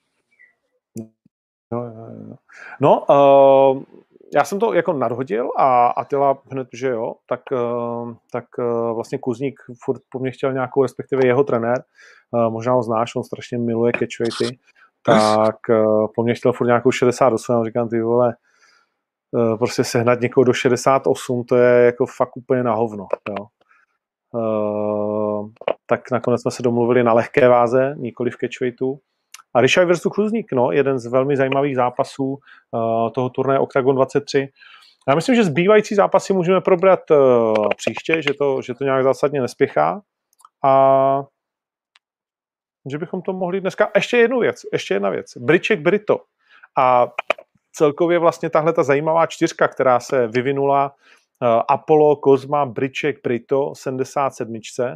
[SPEAKER 3] No, no, no uh, já jsem to jako nadhodil a Attila hned, že jo, tak, uh, tak uh, vlastně Kuzník furt po mně chtěl nějakou, respektive jeho trenér, uh, možná ho znáš, on strašně miluje catchweighty, tak uh, po mně chtěl furt nějakou šedesát osm, a říkám, ty vole, uh, prostě sehnat někoho do šedesát osm, to je jako fakt úplně na hovno, jo. Uh, tak nakonec jsme se domluvili na lehké váze, nikoli v catchweightu. A Ryšaj versus Kuzník, no, jeden z velmi zajímavých zápasů uh, toho turnaje Octagon dvacet tři. Já myslím, že zbývající zápasy můžeme probrat uh, příště, že to, že to nějak zásadně nespěchá. A že bychom to mohli dneska... Ještě jednu věc, ještě jedna věc. Briček Brito. A celkově vlastně tahle ta zajímavá čtyřka, která se vyvinula uh, Apollo, Kozma, Briček, Brito, sedmdesát sedm.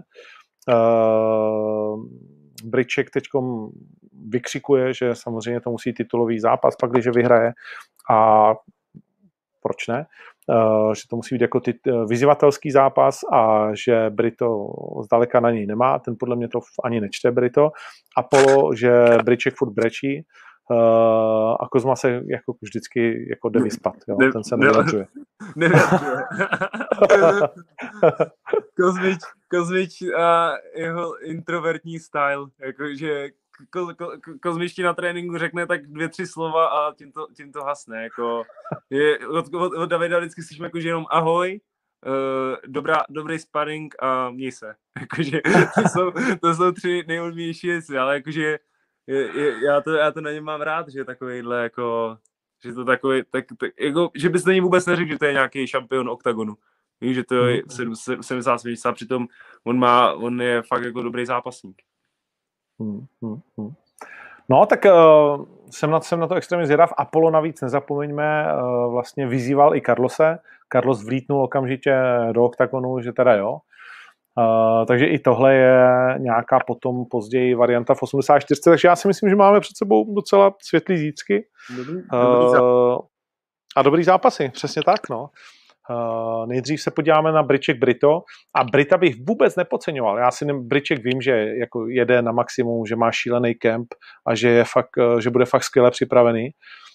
[SPEAKER 3] Uh, Briček teďkom vykřikuje, že samozřejmě to musí titulový zápas, pak když vyhraje, a proč ne, uh, že to musí být jako tit, vyzývatelský zápas a že Brito zdaleka na něj nemá, ten podle mě to ani nečte Brito. Apollo, že Briček furt brečí, uh, a Kozma se jako vždycky jako jde vyspat, jo? Ten se nevyjadřuje.
[SPEAKER 4] Nevyjadřuje. Kozmič, Kozmič a jeho introvertní style, jakože ko, ko, Kozmič ti na tréninku řekne tak dvě, tři slova a tím to, tím to hasne, jako je, od, od, od Davida vždycky slyšíme jakože jenom ahoj, uh, dobrá, dobrý sparring a měj se, jakože to jsou, to jsou tři nejodmější věci, ale jakože je, je, já, to, já to na něm mám rád, že je takovýhle jako, že to takový, tak, tak jako, že bys na něj vůbec neřekl, že to je nějaký šampion oktagonu. Víš, že to je sedmdesát sedm, a přitom on má, on je fakt jako dobrý zápasník.
[SPEAKER 3] Hmm, hmm, hmm. No, tak uh, jsem, na, jsem na to extrémně zvědav. Apollo navíc, nezapomeňme, uh, vlastně vyzýval i Carlose. Carlos vlítnul okamžitě do oktagonu, že teda jo. Uh, takže i tohle je nějaká potom později varianta v osmdesát čtyři, takže já si myslím, že máme před sebou docela světlý zítřky.
[SPEAKER 4] Dobrý, dobrý
[SPEAKER 3] uh, a dobrý zápasy, přesně tak, no. Uh, nejdřív se podíváme na Briček Brito a Brita bych vůbec nepodceňoval. Já si ne, Briček vím, že jako jede na maximum, že má šílený kemp a že, je fakt, že bude fakt skvěle připravený.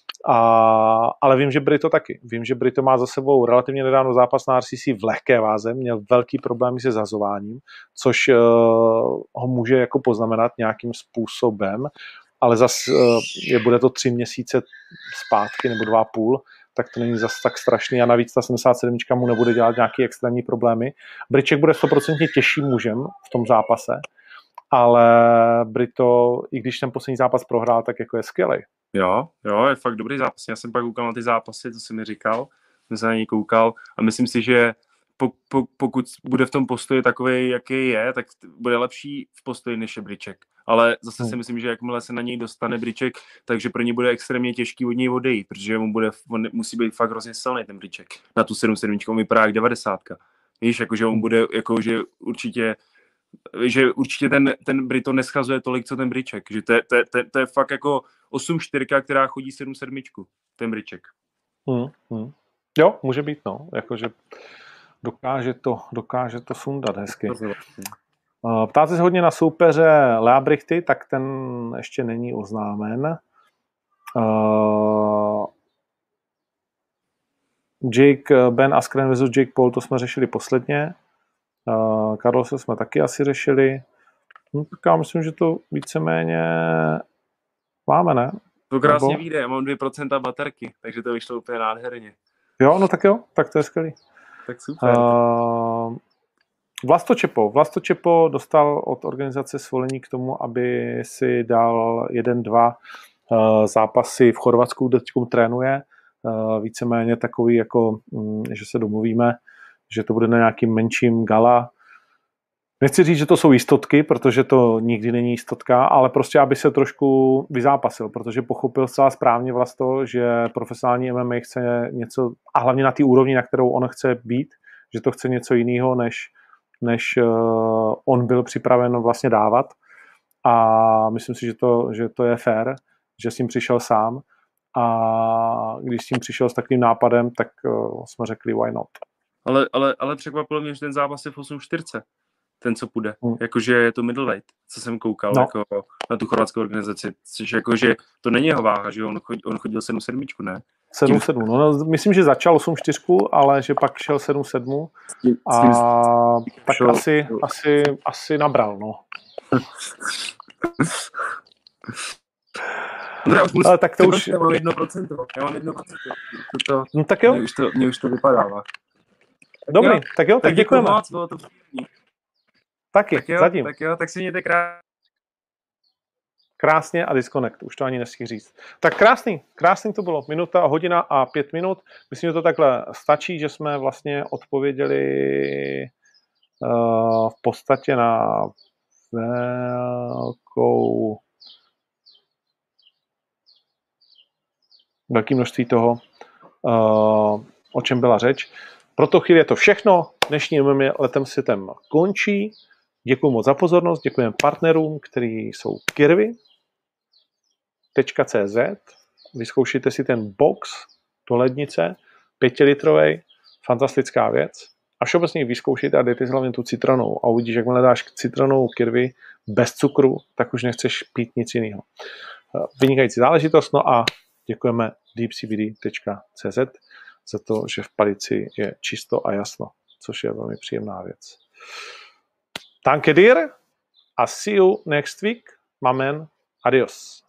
[SPEAKER 3] A, ale vím, že Brito taky. Vím, že Brito má za sebou relativně nedávno zápas na R C C v lehké váze, měl velký problémy se zazováním, což uh, ho může jako poznamenat nějakým způsobem, ale zase uh, je, bude to tři měsíce zpátky nebo dva a půl, tak to není zase tak strašný a navíc ta sedmdesát sedm mu nebude dělat nějaké extrémní problémy. Briček bude stoprocentně těžším mužem v tom zápase, ale Brito, i když ten poslední zápas prohrál, tak jako je skvělej.
[SPEAKER 4] Jo, jo, je fakt dobrý zápas. Já jsem pak koukal na ty zápasy, co jsi mi říkal, jsem se na něj koukal a myslím si, že po, po, pokud bude v tom postoji takový, jaký je, tak bude lepší v postoji než je Briček. Ale zase si myslím, že jakmile se na něj dostane Briček, takže pro něj bude extrémně těžký od něj odejít, protože on, bude, on musí být fakt hrozně silný ten Briček. Na tu sedm sedm on vypadá jak devadesátka. Víš, jakože on bude, jakože určitě že určitě ten, ten Brito neschazuje tolik, co ten Briček. Že to je, to je, to je, to je fakt jako osm čtyři, která chodí sedm sedm, ten Briček.
[SPEAKER 3] Hmm, hmm. Jo, může být, no. Jakože dokáže to, dokáže to sundat hezky. Ptáte se hodně na soupeře Lea Brichty, tak ten ještě není oznámen. Uh, Jake Ben Askren versus Jake Paul, to jsme řešili posledně. Uh, Carlose jsme taky asi řešili. No, tak já myslím, že to víceméně máme, ne?
[SPEAKER 4] To krásně vyjde, já mám dvě procenta baterky, takže to vyšlo úplně nádherně.
[SPEAKER 3] Jo, no tak jo, tak to je skvělý.
[SPEAKER 4] Tak super. Uh,
[SPEAKER 3] Vlasto Čepo. Vlasto Čepo dostal od organizace svolení k tomu, aby si dal jeden dva zápasy v Chorvatsku, kde teď trénuje. Víceméně takový, jako, že se domluvíme, že to bude na nějakým menším gala. Nechci říct, že to jsou jistotky, protože to nikdy není jistotka, ale prostě, aby se trošku vyzápasil, protože pochopil zcela správně vlastně to, že profesionální M M A chce něco, a hlavně na té úrovni, na kterou on chce být, že to chce něco jiného, než, než uh, on byl připraven vlastně dávat. A myslím si, že to, že to je fair, že s tím přišel sám. A když s tím přišel s takovým nápadem, tak uh, jsme řekli, why not.
[SPEAKER 4] Ale, ale, ale překvapilo mě, že ten zápas je v osm čtyřicet. Ten, co půjde.
[SPEAKER 3] Hmm.
[SPEAKER 4] Jakože je to middleweight, co jsem koukal
[SPEAKER 3] no.
[SPEAKER 4] jako na tu chorvatskou organizaci. Což jakože to není jeho váha, že on, chodil, on chodil sedm sedm, ne?
[SPEAKER 3] sedm sedm. No, no, myslím, že začal osm čtyři, ale že pak šel sedm sedm. A tak šel, asi, šel. asi, asi nabral, no.
[SPEAKER 4] Dobrá, už musím,
[SPEAKER 3] ale tak to už...
[SPEAKER 4] Já mám jedno procento. Já mám jedno procento. To, to,
[SPEAKER 3] no tak jo.
[SPEAKER 4] Mě už to, mě už to vypadává.
[SPEAKER 3] Dobrý, tak jo, tak, jo, tak, tak děkujeme.
[SPEAKER 4] Moc, bylo to příjemný.
[SPEAKER 3] Taky,
[SPEAKER 4] tak jo,
[SPEAKER 3] zatím.
[SPEAKER 4] Tak jo, tak si mějte krásně.
[SPEAKER 3] Krásně a disconnect, už to ani nestihl říct. Tak krásný, krásný to bylo. Minuta, hodina a pět minut. Myslím, že to takhle stačí, že jsme vlastně odpověděli uh, v podstatě na velkou velké množství toho, uh, o čem byla řeč. Pro to chvíli je to všechno. Dnešní M M A Letem světem končí. Děkuji moc za pozornost, děkujeme partnerům, kteří jsou kirvy tečka cé zet. Vyzkoušejte si ten box do lednice, pětilitrový, fantastická věc. A všeobecně vyzkoušejte a dejte si hlavně tu citronovou. A uvidíš, jakmile dáš citronovou kirvy bez cukru, tak už nechceš pít nic jiného. Vynikající záležitost. No a děkujeme deep c b d tečka cé zet za to, že v Palici je čisto a jasno, což je velmi příjemná věc. Danke dir a see you next week, my man. Adios.